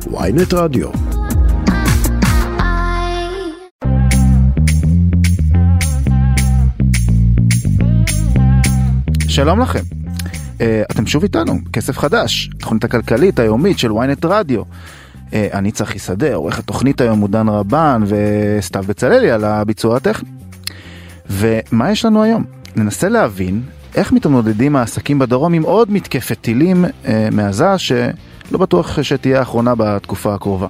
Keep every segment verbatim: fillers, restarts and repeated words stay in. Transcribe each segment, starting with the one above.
וויינט רדיו. שלום לכם, אתם שוב איתנו, כסף חדש, תוכנית הכלכלית היומית של וויינט רדיו. אני צחי שדה, עורך התוכנית היום מודן רבן וסתיו בצללי על הביצוע הטכני. ומה יש לנו היום? ננסה להבין איך מתמודדים העסקים בדרום עם עוד מתקפת טילים מעזה שלא בטוח שתהיה האחרונה בתקופה הקרובה.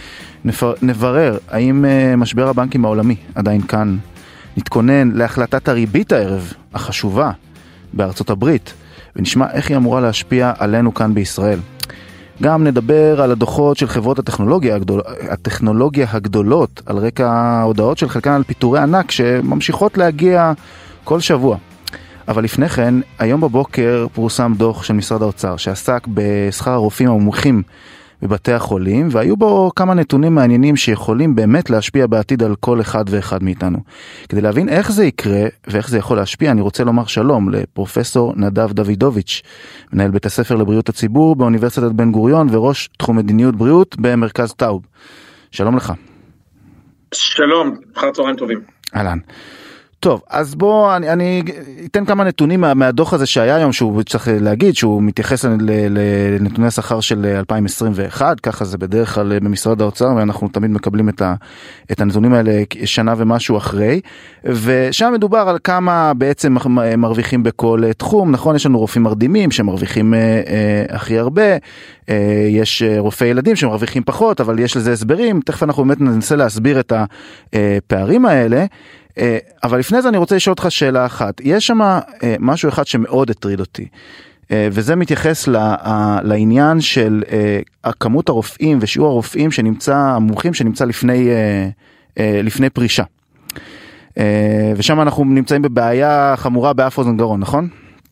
נברר האם משבר הבנקים העולמי עדיין כאן, נתכונן להחלטת הריבית הערב החשובה בארצות הברית, ונשמע איך היא אמורה להשפיע עלינו כאן בישראל. גם נדבר על הדוחות של חברות הטכנולוגיה, הגדול, הטכנולוגיה הגדולות, על רקע ההודעות של חלקן על פיטורי ענק שממשיכות להגיע כל שבוע. אבל לפני כן, היום בבוקר פורסם דוח של משרד האוצר שעסק בשכר הרופאים המומחים בבתי החולים, והיו בו כמה נתונים מעניינים שיכולים באמת להשפיע בעתיד על כל אחד ואחד מאיתנו. כדי להבין איך זה יקרה ואיך זה יכול להשפיע, אני רוצה לומר שלום לפרופסור נדב דוידוביץ', מנהל בית הספר לבריאות הציבור באוניברסיטת בן גוריון וראש תחום מדיניות בריאות במרכז טאוב. שלום לך. שלום, אחר צהריים טובים. אהלן. טוב, אז בוא, אני, אני אתן כמה נתונים מה, מהדוח הזה שהיה היום, שהוא צריך להגיד, שהוא מתייחס לנתוני השכר של אלפיים עשרים ואחת, ככה זה בדרך כלל במשרד האוצר, ואנחנו תמיד מקבלים את, ה, את הנתונים האלה שנה ומשהו אחרי, ושם מדובר על כמה בעצם מרוויחים בכל תחום, נכון, יש לנו רופאים מרדימים שמרוויחים אה, אה, הכי הרבה, אה, יש רופאי ילדים שמרוויחים פחות, אבל יש לזה הסברים, תכף אנחנו באמת ננסה להסביר את הפערים האלה, אבל לפני זה אני רוצה לשאול אותך שאלה אחת. יש שם משהו אחד שמאוד הטריד אותי, וזה מתייחס לעניין של כמות הרופאים ושיעור הרופאים שנמצא, המומחים שנמצא לפני, לפני פרישה. ושם אנחנו נמצאים בבעיה חמורה באף אוזן גרון, נכון?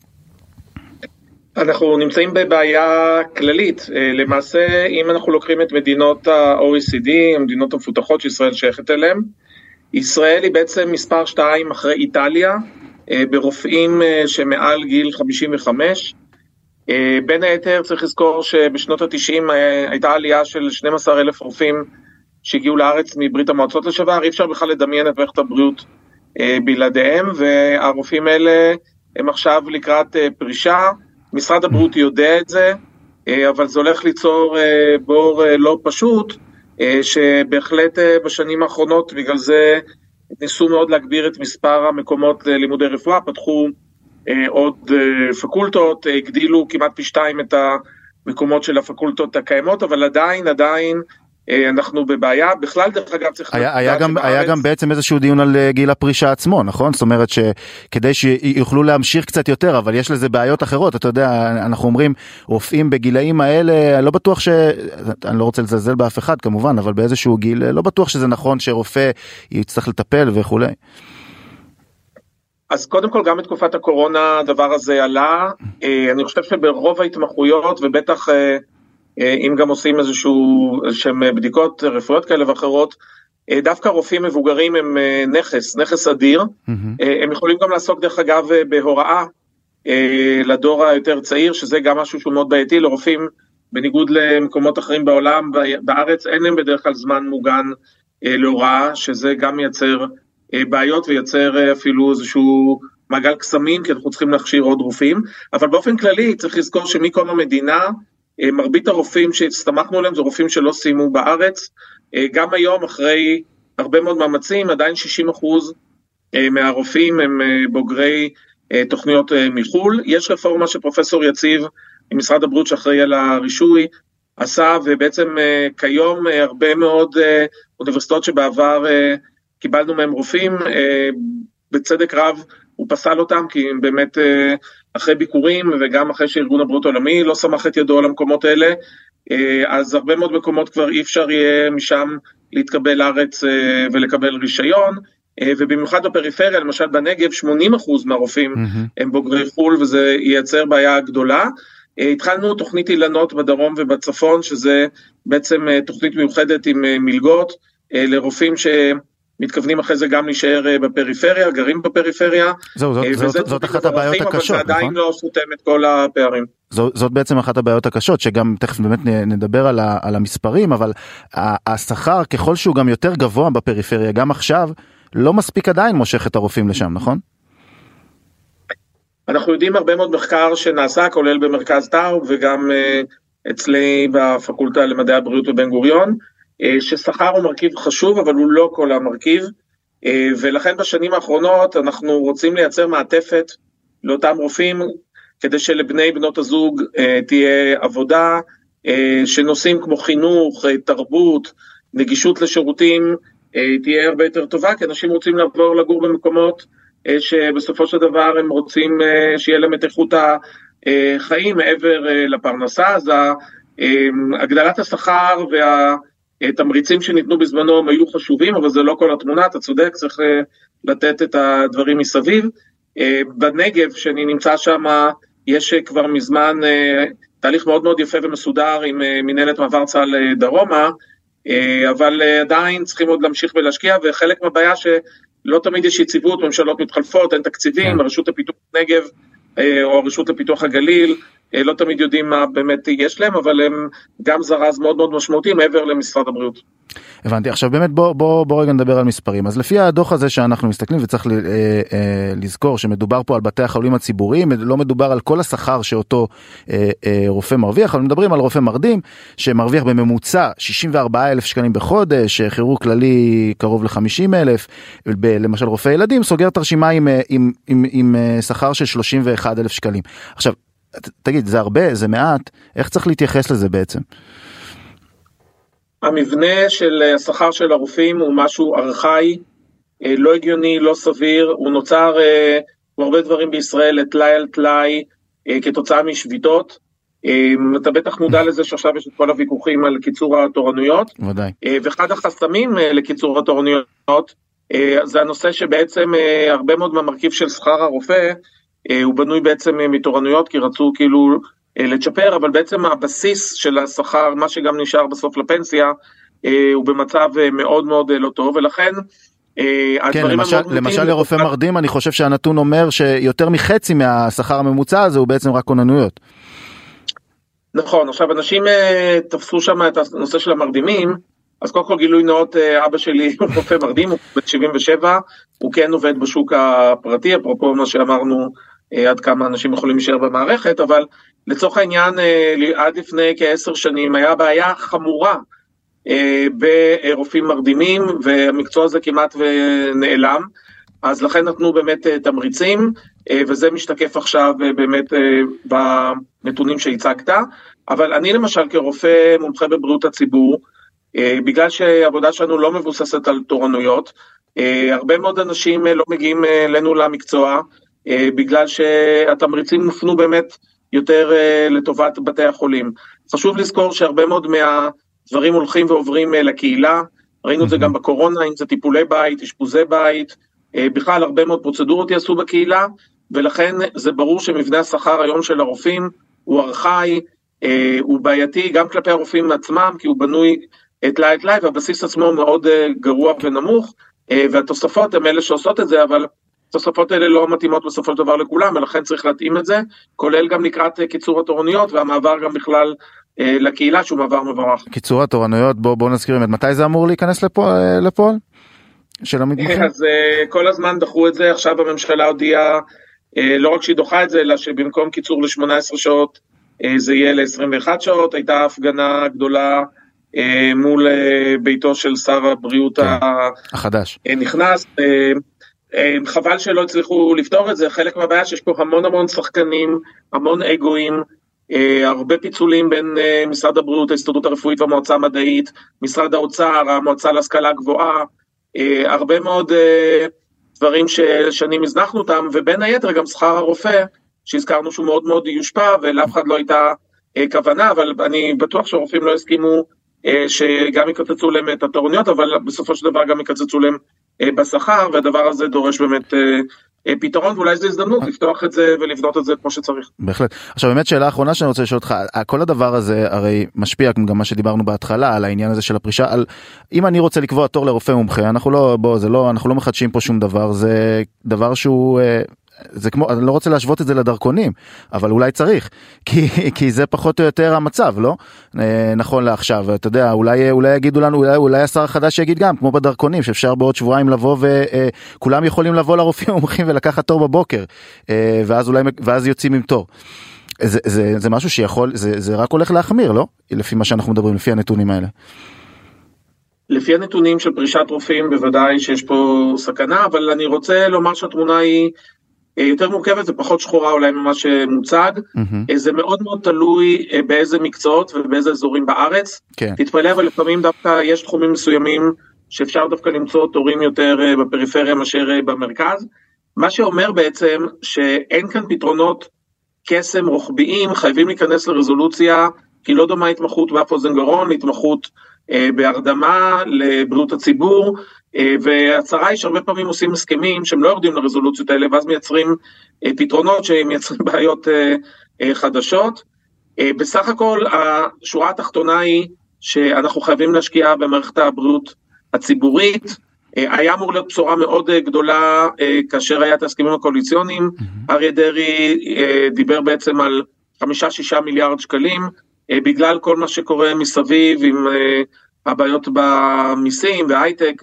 אנחנו נמצאים בבעיה כללית. למעשה, אם אנחנו לוקחים את מדינות ה-או אי סי די, המדינות המפותחות שישראל שייכת אליהן, ישראל היא בעצם מספר שתיים אחרי איטליה, ברופאים שמעל גיל חמישים וחמש. בין היתר צריך לזכור שבשנות ה-תשעים הייתה עלייה של שנים עשר אלף רופאים שהגיעו לארץ מברית המועצות לשעבר, אי אפשר בכלל לדמיין את מערכת הבריאות בלעדיהם, והרופאים האלה הם עכשיו לקראת פרישה, משרד הבריאות יודע את זה, אבל זה הולך ליצור בור לא פשוט, שבהחלט בשנים האחרונות בגלל זה ניסו מאוד להגביר את מספר המקומות לימודי רפואה, פתחו עוד פקולטות, הגדילו כמעט פי שתיים את המקומות של הפקולטות הקיימות, אבל עדיין, עדיין אנחנו בבעיה. בכלל דרך אגב צריך... היה, היה, גם, היה גם בעצם איזשהו דיון על גיל הפרישה עצמו, נכון? זאת אומרת שכדי שיוכלו להמשיך קצת יותר, אבל יש לזה בעיות אחרות. אתה יודע, אנחנו אומרים, רופאים בגילאים האלה, לא בטוח ש... אני לא רוצה לזלזל באף אחד כמובן, אבל באיזשהו גיל, לא בטוח שזה נכון שרופא יצטרך לטפל וכו'. אז קודם כל גם בתקופת הקורונה הדבר הזה עלה. אני חושב שברוב ההתמחויות, ובטח... אם גם עושים איזשהו, שהם בדיקות רפואיות כאלה ואחרות, דווקא רופאים מבוגרים הם נכס, נכס אדיר. Mm-hmm. הם יכולים גם לעסוק דרך אגב בהוראה לדור היותר צעיר, שזה גם משהו שהוא מאוד בעייתי לרופאים, בניגוד למקומות אחרים בעולם, בארץ אין להם בדרך כלל זמן מוגן להוראה, שזה גם מייצר בעיות וייצר אפילו איזשהו מעגל קסמים, כי אנחנו צריכים להכשיר עוד רופאים, אבל באופן כללי צריך לזכור שמקום המדינה, מרבית הרופאים שהסתמכנו עליהם, זה רופאים שלא סיימו בארץ, גם היום אחרי הרבה מאוד מאמצים, עדיין שישים אחוז מהרופאים הם בוגרי תוכניות מחול. יש רפורמה שפרופסור יציב ממשרד הבריאות שאחראי על הרישוי עשה, ובעצם כיום הרבה מאוד אוניברסיטאות שבעבר קיבלנו מהם רופאים, בצדק רב הוא פסל אותם, כי הם באמת אחרי ביקורים, וגם אחרי שארגון הבריאות העולמי לא סמך את ידו על המקומות האלה, אז הרבה מאוד מקומות כבר אי אפשר יהיה משם להתקבל לארץ ולקבל רישיון, ובמיוחד בפריפריה, למשל בנגב, שמונים אחוז מהרופאים mm-hmm. הם בוגרי חול, וזה ייצר בעיה גדולה. התחלנו תוכנית אילנות בדרום ובצפון, שזה בעצם תוכנית מיוחדת עם מלגות, לרופאים מתכוונים אחרי זה גם להישאר בפריפריה, גרים בפריפריה. זהו, זאת, זאת, זאת אחת הבעיות הקשות, נכון? אבל זה עדיין לא סותם את כל הפערים. זאת, זאת בעצם אחת הבעיות הקשות, שגם תכף באמת נדבר על, ה, על המספרים, אבל השכר ככל שהוא גם יותר גבוה בפריפריה, גם עכשיו, לא מספיק עדיין מושך את הרופאים לשם, נכון? אנחנו יודעים הרבה מאוד מחקר שנעשה, כולל במרכז טאוב וגם uh, אצלי בפקולטה למדעי הבריאות בבן גוריון, uh, ששכר הוא מרכיב חשוב, אבל הוא לא כל המרכיב, uh, ולכן בשנים האחרונות אנחנו רוצים לייצר מעטפת לאותם רופאים, כדי שלבני בנות הזוג uh, תהיה עבודה, uh, שנושאים כמו חינוך, uh, תרבות, נגישות לשירותים, uh, תהיה הרבה יותר טובה, כי אנשים רוצים לעבור לגור במקומות, שבסופו של דבר הם רוצים שיהיה להם את איכות החיים מעבר לפרנסה, אז הגדלת השכר והתמריצים שניתנו בזמנו הם היו חשובים, אבל זה לא כל התמונה, אתה צודק, צריך לתת את הדברים מסביב. בנגב, שאני נמצא שם, יש כבר מזמן תהליך מאוד מאוד יפה ומסודר עם מנהלת מעבר צה"ל דרומה, אבל עדיין צריכים עוד להמשיך ולהשקיע, וחלק מהבעיה ש... לא תמיד יש יציבות, ממשלות מתחלפות, אין תקציבים, הרשות לפיתוח נגב או הרשות לפיתוח הגליל, לא תמיד יודעים מה באמת יש להם, אבל הם גם זרז מאוד מאוד משמעותי מעבר למשרד הבריאות. הבנתי, עכשיו באמת בוא, בוא, בוא רגע נדבר על מספרים. אז לפי הדוח הזה שאנחנו מסתכלים, וצריך ל, אה, אה, לזכור שמדובר פה על בתי החולים הציבוריים, לא מדובר על כל השכר שאותו אה, אה, רופא מרוויח, אבל מדברים על רופא מרדים, שמרוויח בממוצע שישים וארבעה אלף שקלים בחודש, כירורג כללי קרוב ל-חמישים אלף, למשל רופא ילדים, סוגר את הרשימה עם, עם, עם, עם שכר של שלושים ואחד אלף שקלים. עכשיו, תגיד, זה הרבה, זה מעט, איך צריך להתייחס לזה בעצם? המבנה של השכר של הרופאים הוא משהו ארכאי, לא הגיוני, לא סביר, הוא נוצר, הוא הרבה דברים בישראל, תלאי על תלאי, כתוצאה משביתות, אתה בטח מודע לזה שעכשיו יש את כל הוויכוחים על קיצור התורנויות, ודאי. ואחד החסמים לקיצור התורנויות, זה הנושא שבעצם הרבה מאוד מהמרכיב של שכר הרופא, הוא בנוי בעצם מתורנויות, כי רצו כאילו לצ'פר, אבל בעצם הבסיס של השכר, מה שגם נשאר בסוף לפנסיה, הוא במצב מאוד מאוד לא טוב, ולכן כן, למשל, למשל לרופא מרדים, אני חושב שהנתון אומר שיותר מחצי מהשכר הממוצע הזה הוא בעצם רק כוננויות. נכון, עכשיו אנשים תפסו שם את הנושא של המרדימים, אז קודם כל גילוי נאות, אבא שלי הוא רופא מרדים, הוא בן שבעים ושבע, הוא כן עובד בשוק הפרטי, אפרופו מה שאמרנו, עד כמה אנשים יכולים להישאר במערכת, אבל לצורך העניין, עד לפני כעשר שנים, היה בעיה חמורה ברופאים מרדימים, והמקצוע הזה כמעט ונעלם, אז לכן נתנו באמת תמריצים, וזה משתקף עכשיו באמת בנתונים שהצגת, אבל אני למשל כרופא מומחה בבריאות הציבור, בגלל שהעבודה שלנו לא מבוססת על תורנויות, הרבה מאוד אנשים לא מגיעים אלינו למקצוע, בגלל שהתמריצים מופנו באמת יותר לטובת בתי החולים. חשוב לזכור שהרבה מאוד מהדברים הולכים ועוברים לקהילה, ראינו את זה גם בקורונה, אם זה טיפולי בית, אשפוזי בית, בכלל הרבה מאוד פרוצדורות יעשו בקהילה, ולכן זה ברור שמבנה השכר היום של הרופאים הוא ארכאי, הוא בעייתי גם כלפי הרופאים עצמם, כי הוא בנוי תלאי תלאי, והבסיס עצמו מאוד גרוע ונמוך, והתוספות הן אלה שעושות את זה, אבל התוספות האלה לא מתאימות בסופו של דבר לכולם, ולכן צריך להתאים את זה, כולל גם לקראת קיצור התורנויות, והמעבר גם בכלל לקהילה, שהוא מעבר מבורך. קיצור התורנויות, בואו בוא נזכיר באמת, מתי זה אמור להיכנס לפועל? של המתמחים? אז כל הזמן דחו את זה, עכשיו הממשלה הודיעה, לא רק שהיא דוחה את זה, אלא שבמקום קיצור ל-שמונה עשרה שעות, זה יהיה ל-עשרים ואחת שעות, הייתה הפגנה גדולה, מול ביתו של שר הבריאות החדש. נכנס, חבל שלא הצליחו לפתור את זה, חלק מהבעיה שיש פה המון המון שחקנים, המון אגואים, הרבה פיצולים בין משרד הבריאות, ההסתדרות הרפואית והמועצה המדעית, משרד האוצר, המועצה להשכלה גבוהה, הרבה מאוד דברים ששנים הזנחנו אותם, ובין היתר גם שכר הרופא, שהזכרנו שהוא מאוד מאוד יושפע, ולאף אחד לא הייתה כוונה, אבל אני בטוח שהרופאים לא הסכימו שגם יקצצו להם את התורנויות, אבל בסופו של דבר גם יקצצו להם בשכר, והדבר הזה דורש באמת פתרון, ואולי זו הזדמנות לפתוח את זה ולבנות את זה כמו שצריך. בהחלט. עכשיו באמת שאלה האחרונה שאני רוצה לשאול אותך, כל הדבר הזה הרי משפיע גם מה שדיברנו בהתחלה על העניין הזה של הפרישה, על אם אני רוצה לקבוע תור לרופא מומחה, אנחנו לא, בוא, זה לא, אנחנו לא מחדשים פה שום דבר, זה דבר שהוא, זה כמו, אני לא רוצה להשוות את זה לדרכונים, אבל אולי צריך, כי, כי זה פחות או יותר המצב, לא? נכון לעכשיו, אתה יודע, אולי, אולי יגידו לנו, אולי, אולי השר החדש יגיד גם, כמו בדרכונים, שאפשר בעוד שבועיים לבוא וכולם יכולים לבוא לרופאים המומחים ולקחת תור בבוקר, ואז אולי, ואז יוצאים עם תור. זה, זה, זה משהו שיכול, זה, זה רק הולך להחמיר, לא? לפי מה שאנחנו מדברים, לפי הנתונים האלה. לפי הנתונים של פרישת רופאים, בוודאי שיש פה סכנה, אבל אני רוצה לומר שהתמונה היא יותר מורכבת ופחות שחורה אולי ממה שמוצג. Mm-hmm. זה מאוד מאוד תלוי באיזה מקצועות ובאיזה אזורים בארץ. כן. תתפלא, אבל לפעמים דווקא יש תחומים מסוימים שאפשר דווקא למצוא תורים יותר בפריפריה מאשר במרכז. מה שאומר בעצם שאין כאן פתרונות קסם רוחביים, חייבים להיכנס לרזולוציה, כי לא דומה התמחות באף אוזן גרון, התמחות אה, בהרדמה לבריאות הציבור, אה, והצרה היא שהרבה פעמים עושים הסכמים שהם לא יורדים לרזולוציות האלה, ואז מייצרים אה, פתרונות שמייצרים בעיות אה, אה, חדשות. אה, בסך הכל השורה התחתונה היא שאנחנו חייבים להשקיע במערכת הבריאות הציבורית, היה אמור להיות בשורה מאוד גדולה כאשר היה את ההסכמים הקואליציוניים, אריה דרעי דיבר בעצם על חמישה שישה מיליארד שקלים, בגלל כל מה שקורה מסביב עם הבעיות במיסים והייטק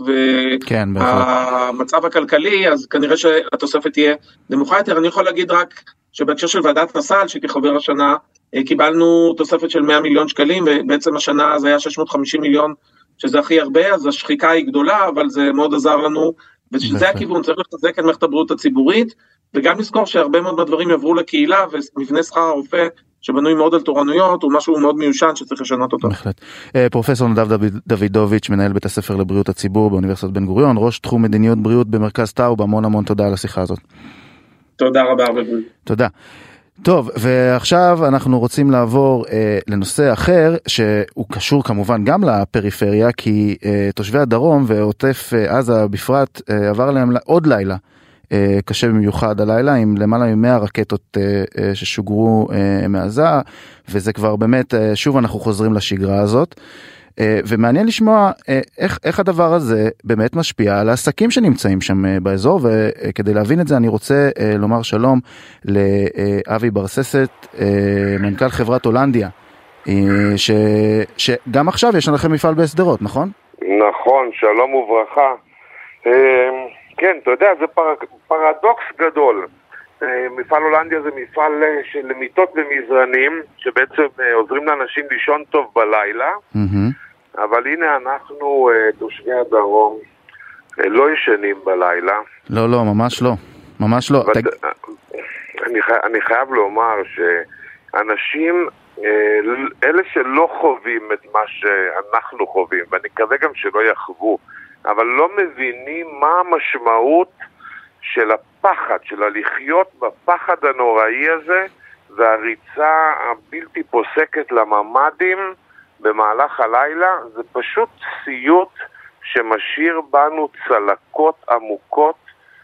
והמצב הכלכלי, אז כנראה שהתוספת תהיה נמוכה יותר. אני יכול להגיד רק שבהקשר של ועדת הסל, שהייתי חבר השנה, קיבלנו תוספת של מאה מיליון שקלים, ובעצם השנה זה היה שש מאות וחמישים מיליון, שזה הכי הרבה, אז השחיקה היא גדולה, אבל זה מאוד עזר לנו, וזה הכיוון, צריך לחזק את מערכת הבריאות הציבורית, וגם לזכור שהרבה מאוד מהדברים יעברו לקהילה, ומבנה שכר הרופא, שבנוי מאוד על תורנויות, הוא משהו מאוד מיושן שצריך לשנות אותו. בהחלט. פרופסור נדב דוידוביץ', מנהל בית הספר לבריאות הציבור באוניברסיטת בן גוריון, ראש תחום מדיניות בריאות במרכז טאוב, המון המון תודה על השיחה הזאת. תודה רבה. תודה. טוב, ועכשיו אנחנו רוצים לעבור אה, לנושא אחר, שהוא קשור כמובן גם לפריפריה, כי אה, תושבי הדרום ועוטף אה, עזה בפרט אה, עבר להם עוד לילה אה, קשה במיוחד הלילה, עם למעלה ממאה רקטות אה, אה, ששוגרו אה, מעזה, וזה כבר באמת, אה, שוב אנחנו חוזרים לשגרה הזאת. ומעניין לשמוע איך, איך הדבר הזה באמת משפיע על העסקים שנמצאים שם באזור, וכדי להבין את זה אני רוצה לומר שלום לאבי ברססת, מנכ"ל חברת הולנדיה, ש, שגם עכשיו יש לכם מפעל בסדרות, נכון? נכון, שלום וברכה. כן, אתה יודע, זה פר, פרדוקס גדול. מפעל הולנדיה זה מפעל של מיטות ומזרנים, שבעצם עוזרים לאנשים לישון טוב בלילה, אבל הנה אנחנו, תושבי הדרום, לא ישנים בלילה. לא, לא, ממש לא. ממש לא. תג... אני, חי... אני חייב לומר שאנשים, אלה שלא חווים את מה שאנחנו חווים, ואני מקווה גם שלא יחוו, אבל לא מבינים מה המשמעות של הפחד, של הלחיות בפחד הנוראי הזה, והריצה הבלתי פוסקת לממדים במהלך הלילה. זה פשוט סיוט שמשאיר בנו צלקות עמוקות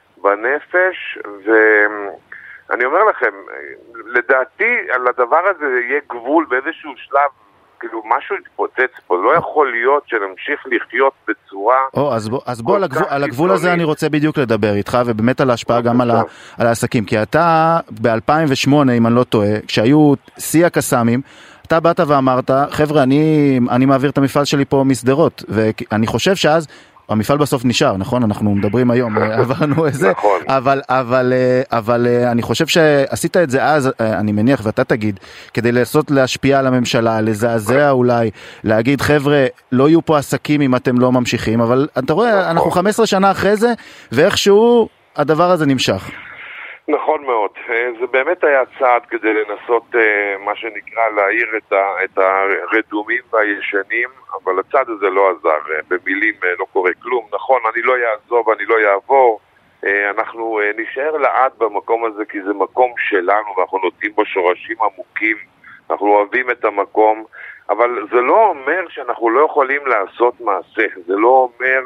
בנפש, ואני אומר לכם, לדעתי על הדבר הזה יהיה גבול באיזשהו שלב, כאילו משהו יתפוצץ פה, לא יכול להיות שנמשיך לחיות בצורה... או, אז בוא, אז בוא על, הגבול, על הגבול הזה אני רוצה בדיוק לדבר איתך, ובאמת על ההשפעה גם על, ה, על העסקים, כי אתה ב-אלפיים ושמונה, אם אני לא טועה, כשהיו שיא הקסאמים, אתה באת ואמרת, חבר'ה, אני, אני מעביר את המפעל שלי פה מסדרות, ואני חושב שאז, המפעל בסוף נשאר, נכון? אנחנו מדברים היום, עברנו איזה, נכון. אבל, אבל, אבל אני חושב שעשית את זה אז, אני מניח, ואתה תגיד, כדי לעשות להשפיע על הממשלה, לזעזע אולי, להגיד, חבר'ה, לא יהיו פה עסקים אם אתם לא ממשיכים, אבל אתה רואה, אנחנו חמש עשרה שנה אחרי זה, ואיכשהו הדבר הזה נמשך. נכון מאוד, זה באמת היה צעד כדי לנסות מה שנקרא להעיר את, ה, את הרדומים והישנים, אבל הצעד הזה לא עזר, במילים לא קורה כלום. נכון, אני לא יעזוב, אני לא יעבור, אנחנו נשאר לעד במקום הזה כי זה מקום שלנו ואנחנו נותנים בו שורשים עמוקים, אנחנו אוהבים את המקום, אבל זה לא אומר שאנחנו לא יכולים לעשות מעשה, זה לא אומר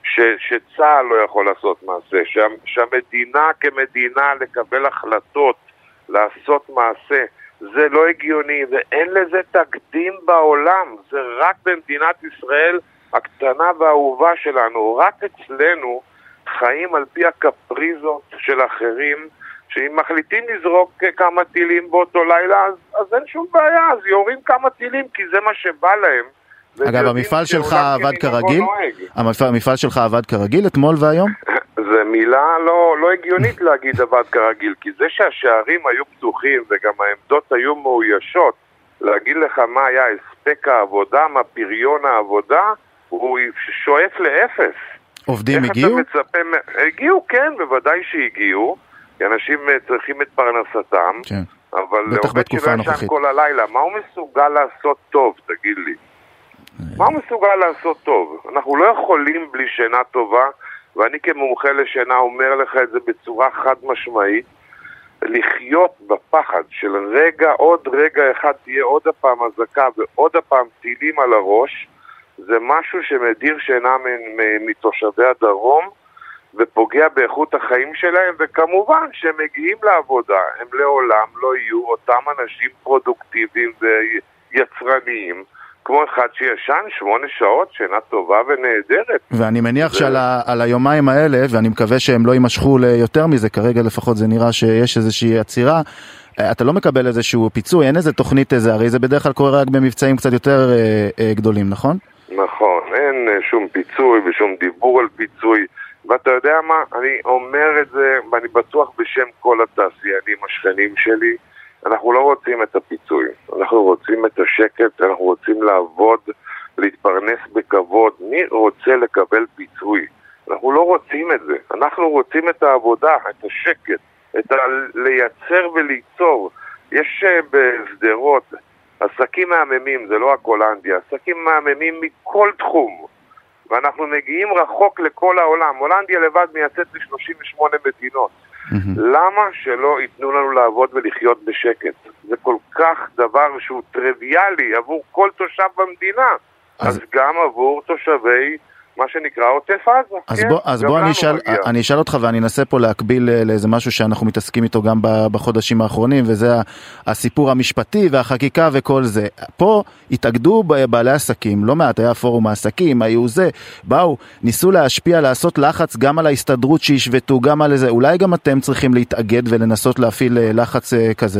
ש, שצה"ל לא יכול לעשות מעשה, שה, שהמדינה כמדינה לקבל החלטות, לעשות מעשה, זה לא הגיוני, ואין לזה תקדים בעולם, זה רק במדינת ישראל הקטנה והאהובה שלנו, רק אצלנו חיים על פי הקפריזות של אחרים, שאם מחליטים לזרוק כמה טילים באותו לילה, אז, אז אין שום בעיה, אז יורים כמה טילים, כי זה מה שבא להם. אגב, המפעל שלך עבד כרגיל? המפעל שלך עבד כרגיל אתמול והיום? זה מילה לא, לא הגיונית להגיד עבד כרגיל, כי זה שהשערים היו פתוחים וגם העמדות היו מאוישות, להגיד לך מה היה הספק העבודה, מה פריון העבודה, הוא שואף לאפס. עובדים הגיעו? מצפה... הגיעו, כן, בוודאי שהגיעו, כי אנשים צריכים את פרנסתם, כן. אבל בטח בתקופה הנוכחית. כל הלילה, מה הוא מסוגל לעשות טוב, תגיד לי? מה הוא מסוגל לעשות טוב? אנחנו לא יכולים בלי שינה טובה, ואני כמומחה לשינה אומר לך את זה בצורה חד משמעית, לחיות בפחד של רגע, עוד רגע אחד תהיה עוד הפעם הזקה ועוד הפעם טילים על הראש, זה משהו שמדיר שינה מתושבי הדרום ופוגע באיכות החיים שלהם, וכמובן שהם מגיעים לעבודה, הם לעולם לא יהיו אותם אנשים פרודוקטיביים ויצרניים, כמו אחד שישן שמונה שעות, שינה טובה ונהדרת. ואני מניח שעל ה, על היומיים האלה, ואני מקווה שהם לא יימשכו ליותר מזה, כרגע לפחות זה נראה שיש איזושהי עצירה, אתה לא מקבל איזשהו פיצוי, אין איזה תוכנית איזה, הרי זה בדרך כלל קורה רק במבצעים קצת יותר אה, אה, גדולים, נכון? נכון, אין שום פיצוי ושום דיבור על פיצוי, ואתה יודע מה, אני אומר את זה, ואני בטוח בשם כל התעשיינים השכנים שלי, אנחנו לא רוצים את הפיצוי, אנחנו רוצים את השקט, אנחנו רוצים לעבוד, להתפרנס בכבוד. מי רוצה לקבל פיצוי? אנחנו לא רוצים את זה, אנחנו רוצים את העבודה, את השקט, את ה... לייצר וליצור. יש בסדרות עסקים מהממים, זה לא הקולנדיה, עסקים מהממים מכל תחום, ואנחנו מגיעים רחוק לכל העולם. הולנדיה לבד מייצאת ל-שלושים ושמונה מדינות. למה שלא ייתנו לנו לעבוד ולחיות בשקט? זה כל כך דבר שהוא טריוויאלי עבור כל תושב במדינה, אז, אז גם עבור תושבי מה שנקרא עוטף עזה. אז כן? בוא, אז בוא אני, אשאל, אני אשאל אותך ואני אנסה פה להקביל לאיזה משהו שאנחנו מתעסקים איתו גם בחודשים האחרונים, וזה הסיפור המשפטי והחקיקה וכל זה. פה התאגדו בעלי עסקים, לא מעט, היה פורום העסקים, היו זה, באו, ניסו להשפיע, לעשות לחץ גם על ההסתדרות שישבטו, גם על איזה, אולי גם אתם צריכים להתאגד ולנסות להפעיל לחץ כזה?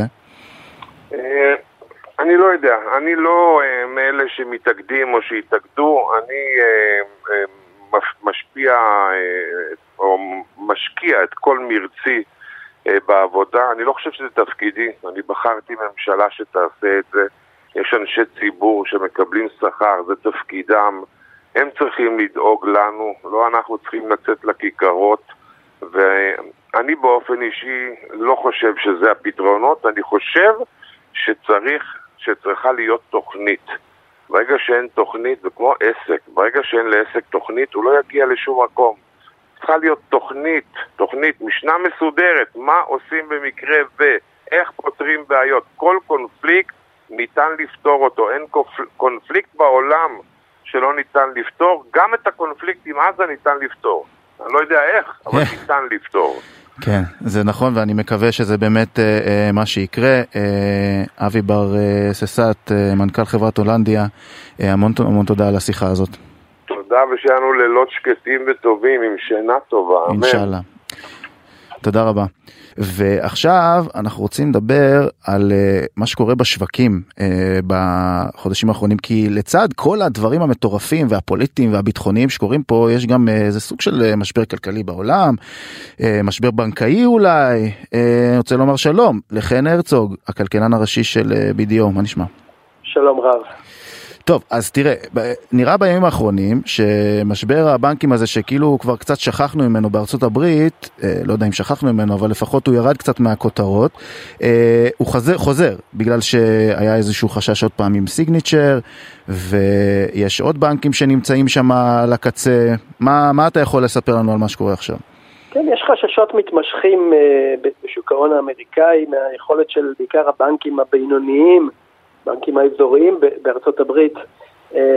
אני לא יודע, אני לא uh, מאלה שמתאגדים או שהתאגדו, אני uh, uh, משפיע uh, או משקיע את כל מרצי uh, בעבודה. אני לא חושב שזה תפקידי, אני בחרתי ממשלה שתעשה את זה, יש אנשי ציבור שמקבלים שכר, זה תפקידם, הם צריכים לדאוג לנו, לא אנחנו צריכים לצאת לכיכרות, ואני באופן אישי לא חושב שזה הפתרונות, אני חושב שצריך שצריכה להיות תוכנית. ברגע שאין תוכנית, זה כמו עסק, ברגע שאין לעסק תוכנית, הוא לא יגיע לשום מקום. צריכה להיות תוכנית, תוכנית, משנה מסודרת, מה עושים במקרה ואיך פותרים בעיות. כל קונפליקט ניתן לפתור אותו, אין קונפליקט בעולם שלא ניתן לפתור, גם את הקונפליקט עם עזה ניתן לפתור. אני לא יודע איך, אבל ניתן לפתור. כן, זה נכון, ואני מקווה שזה באמת אה, מה שיקרה. אה, אבי בר אה, ססת, אה, מנכ"ל חברת הולנדיה, אה, המון, המון תודה על השיחה הזאת. תודה, ושיענו לילות שקטים וטובים עם שינה טובה. אינשאללה. תודה רבה. ועכשיו אנחנו רוצים לדבר על uh, מה שקורה בשווקים uh, בחודשים האחרונים, כי לצד כל הדברים המטורפים והפוליטיים והביטחוניים שקורים פה, יש גם uh, איזה סוג של uh, משבר כלכלי בעולם, uh, משבר בנקאי אולי. uh, אני רוצה לומר שלום לחן הרצוג, הכלכלן הראשי של uh, בי די או, מה נשמע? שלום רב. טוב, אז תראה, נראה בימים האחרונים שמשבר הבנקים הזה שכאילו כבר קצת שכחנו ממנו בארצות הברית, לא יודע אם שכחנו ממנו, אבל לפחות הוא ירד קצת מהכותרות, הוא חוזר, חוזר בגלל שהיה איזשהו חשש עוד פעם עם סיגניצ'ר, ויש עוד בנקים שנמצאים שם על הקצה. מה, מה אתה יכול לספר לנו על מה שקורה עכשיו? כן, יש חששות מתמשכים בשוק ההון האמריקאי מהיכולת של בעיקר הבנקים הבינוניים, בנקים האזוריים בארצות הברית,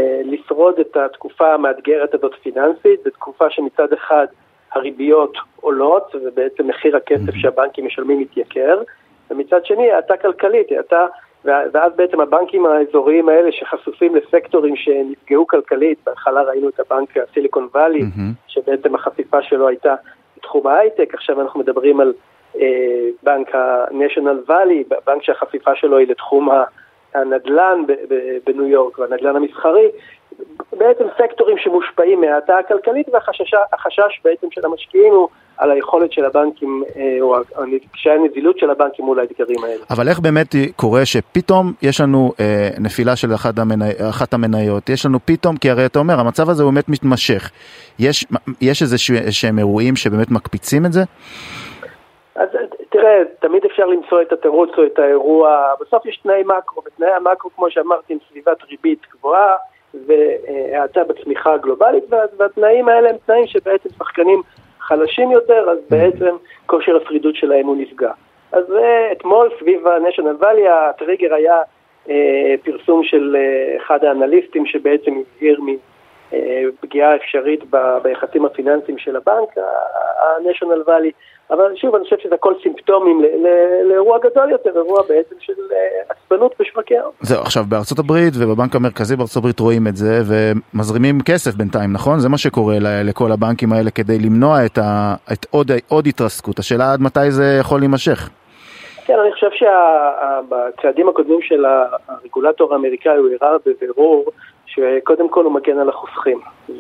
לשרוד את התקופה המאתגרת הזאת פיננסית, זו תקופה שמצד אחד הריביות עולות, ובעצם מחיר הכסף שהבנקים משלמים מתייקר, ומצד שני, האטה כלכלית, האטה, ואז בעצם הבנקים האזוריים האלה שחשופים לסקטורים שנפגעו כלכלית, בהתחלה ראינו את הבנק הסיליקון ואלי, שבעצם החשיפה שלו הייתה בתחום ההייטק, עכשיו אנחנו מדברים על אה, בנק הנשיונל ואלי, בנק שהחשיפה שלו היא לתחום הנדל"ן בניו יורק, והנדל"ן המסחרי, בעצם סקטורים שמושפעים מההאטה הכלכלית, והחשש בעצם של המשקיעים הוא על היכולת של הבנקים, או שהנזילות של הבנקים מול האתגרים האלה. אבל איך באמת קורה שפתאום יש לנו אה, נפילה של אחת, המני, אחת המניות, יש לנו פתאום, כי הרי אתה אומר, המצב הזה הוא באמת מתמשך. יש, יש איזה שהם אירועים שבאמת מקפיצים את זה? אז תראה, תמיד אפשר למצוא את התירוץ או את האירוע, בסוף יש תנאי מקרו, ותנאי המקרו, כמו שאמרתי, עם סביבת ריבית גבוהה, והאטה בצמיחה הגלובלית, והתנאים האלה הם תנאים שבעצם שחקנים חלשים יותר, אז בעצם כושר השרידות שלהם הוא נפגע. אז אתמול סביב הנשיונל ואלי, הטריגר היה אה, פרסום של אה, אחד האנליסטים שבעצם הזהיר מפגיעה אפשרית ב, ביחסים הפיננסיים של הבנק, הנשיונל ואלי, אבל שוב, אני חושב שזה הכל סימפטומים לאירוע גדול יותר, אירוע בעצם של עצבנות בשווקי ההון. זהו, עכשיו בארצות הברית ובבנק המרכזי בארצות הברית רואים את זה, ומזרימים כסף בינתיים, נכון? זה מה שקורה לכל הבנקים האלה כדי למנוע את, ה, את עוד, עוד התרסקות. השאלה עד מתי זה יכול להימשך? כן, אני חושב שבצעדים הקודמים של הרגולטור האמריקאי הוא הראה בבירור שקודם כל הוא מגן על החוסכים,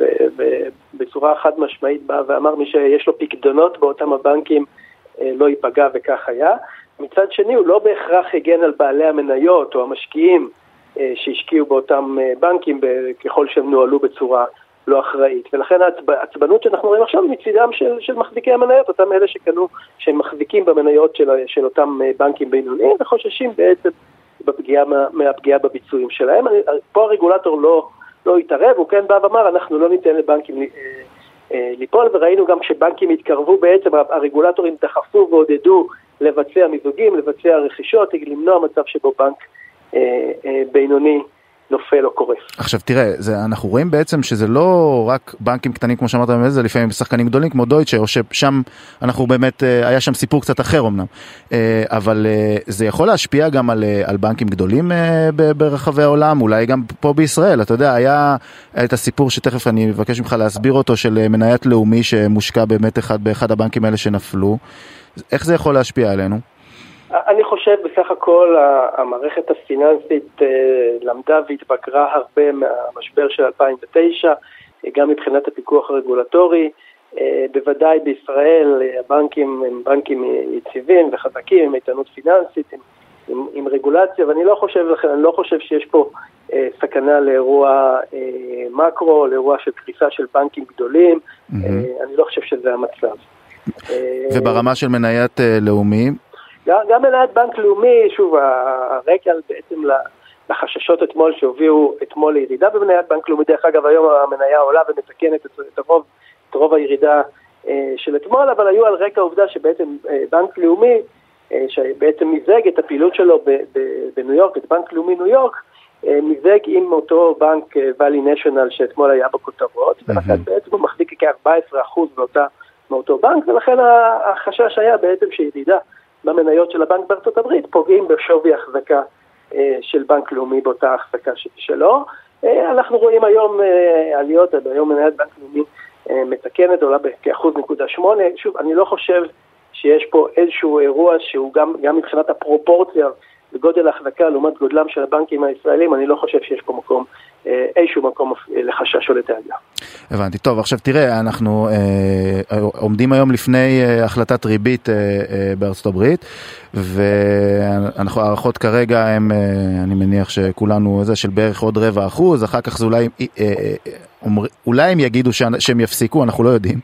ובצורה חד משמעית בא ואמר מי שיש לו פקדונות באותם הבנקים לא ייפגע, וכך היה. מצד שני הוא לא בהכרח הגן על בעלי המניות או המשקיעים שהשקיעו באותם בנקים ככל שהם נועלו בצורה לא אחראית, ולכן העצבנות שאנחנו רואים עכשיו מצידם של, של מחזיקי המניות, אותם אלה שקנו, שהם מחזיקים במניות של, של אותם בנקים בינוניים, וחוששים בעצם בפגיעה, מה, מהפגיעה בביצועים שלהם. פה הרגולטור לא, לא התערב, הוא כן בא ואמר, אנחנו לא ניתן לבנקים אה, אה, ליפול, וראינו גם שבנקים התקרבו בעצם, הרגולטורים דחפו ועודדו לבצע מיזוגים, לבצע רכישות, למנוע מצב שבו בנק אה, אה, בינוני נופל או קורס. עכשיו תראה, זה, אנחנו רואים בעצם שזה לא רק בנקים קטנים כמו שאמרת, זה לפעמים שחקנים גדולים כמו דויטשה, או ששם אנחנו באמת, היה שם סיפור קצת אחר אמנם, אבל זה יכול להשפיע גם על, על בנקים גדולים ברחבי העולם, אולי גם פה בישראל, אתה יודע, היה את הסיפור שתכף אני מבקש ממך להסביר אותו, של מניית לאומי שמושקע באמת אחד, באחד הבנקים האלה שנפלו. איך זה יכול להשפיע עלינו? אני חושב בסך הכל המערכת הפיננסית למדה והתבגרה הרבה מהמשבר של אלפיים ותשע, גם מבחינת הפיקוח הרגולטורי. בוודאי בישראל הבנקים הם בנקים יציבים וחזקים, עם איתנות פיננסית, עם, עם, עם רגולציה, ואני לא חושב, אני לא חושב שיש פה סכנה לאירוע מקרו, לאירוע של קריסה של בנקים גדולים. Mm-hmm. אני לא חושב שזה המצב. וברמה של מניית לאומי? גם מניית בנק לאומי, שוב, הרקע בעצם לחששות אתמול שהובילו אתמול לירידה במניית בנק לאומי, דרך אגב היום המניה עולה ומתקנת את רוב, את רוב הירידה של אתמול, אבל היו על רקע העובדה שבעצם בנק לאומי, שבעצם מיזג את הפעילות שלו בניו יורק, את בנק לאומי ניו יורק, מיזג עם אותו בנק ואלי נשיונל שאתמול היה בכותרות, ולכן בעצם הוא מחזיק כ-ארבעה עשר אחוז מאותה, מאותו בנק, ולכן החשש היה בעצם שירידה במניות של הבנק בארצות הברית פוגעים בשווי החזקה של בנק לאומי באותה החזקה שלו. אנחנו רואים היום עליות, היום מניית בנק לאומי מתקנת, עולה בכ-אחוז נקודה שמונה. שוב, אני לא חושב שיש פה איזשהו אירוע שהוא גם, גם מבחינת הפרופורציה בגודל ההחזקה לעומת גודלם של הבנקים הישראלים, אני לא חושב שיש פה מקום, איזשהו מקום לחשש או לדאגה. הבנתי. טוב, עכשיו תראה, אנחנו אה, עומדים היום לפני אה, החלטת ריבית אה, אה, בארצות הברית, ואנחנו הערכות כרגע הם, אה, אני מניח שכולנו זה של בערך עוד רבע אחוז, אחר כך זה אולי, אה, אה, אומר, אולי הם יגידו שהם יפסיקו, אנחנו לא יודעים.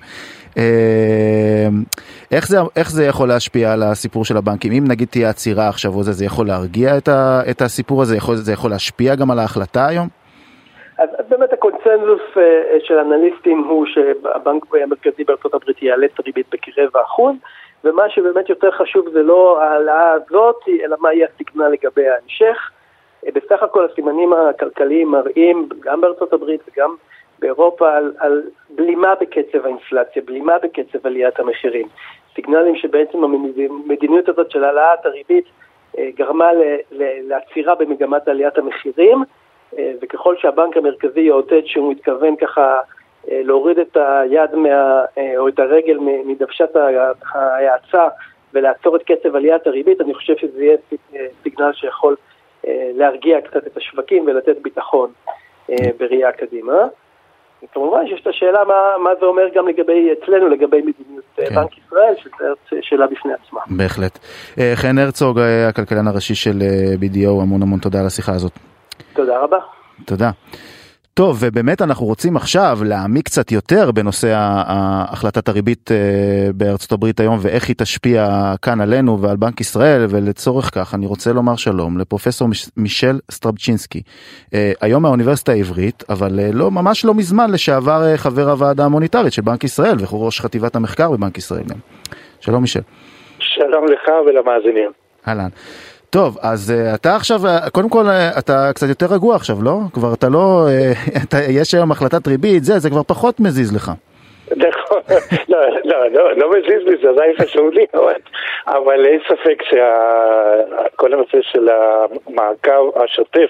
אה, איך זה, איך זה יכול להשפיע על הסיפור של הבנקים? אם נגיד תהיה עצירה עכשיו או זה, זה יכול להרגיע את, ה, את הסיפור הזה, יכול, זה יכול להשפיע גם על ההחלטה היום? אז, אז באמת הקונצנזוס uh, של אנליסטים הוא שהבנק המרכזי בארצות הברית יעלה את הריבית בכרבע אחוז, ומה שבאמת יותר חשוב זה לא העלאה הזאת, אלא מה יהיה הסיגנל לגבי ההמשך. בסך הכל הסימנים הכלכליים מראים גם בארצות הברית וגם באירופה על, על בלימה בקצב האינפלציה, בלימה בקצב עליית המחירים. סיגנלים שבעצם המדיניות הזאת של העלאת הריבית גרמה לעצירה במגמת עליית המחירים, וככל שהבנק המרכזי יעודד שהוא מתכוון ככה להוריד את היד מה, או את הרגל מדוושת ההאצה ולעצור את קצב עליית הריבית, אני חושב שזה יהיה סיגנל שיכול להרגיע קצת את השווקים ולתת ביטחון בראייה קדימה. כמובן שיש את השאלה מה, מה זה אומר גם לגבי אצלנו, לגבי מדיניות כן. בנק ישראל, שזו שאלה בפני עצמה. בהחלט. חן הרצוג, הכלכלן הראשי של בי די או, המון המון תודה על השיחה הזאת. תודה רבה. תודה. טוב, ובאמת אנחנו רוצים עכשיו להעמיק קצת יותר בנושא החלטת הריבית בארצות הברית היום, ואיך היא תשפיע כאן עלינו ועל בנק ישראל, ולצורך כך אני רוצה לומר שלום לפרופסור מישל סטרבצ'ינסקי, היום מהאוניברסיטה העברית, אבל לא, ממש לא מזמן לשעבר חבר הוועדה המוניטרית של בנק ישראל, וראש חטיבת המחקר בבנק ישראל. שלום מישל. שלום לך ולמאזינים. אהלן. טוב, אז uh, אתה עכשיו, uh, קודם כל uh, אתה קצת יותר רגוע עכשיו, לא? כבר אתה לא, uh, אתה, יש היום החלטת ריבית, זה, זה כבר פחות מזיז לך. נכון, לא, לא, לא, לא מזיז לי, זה עדיין חשוב לי, אבל אין ספק שכל הנושא של המעקב השוטף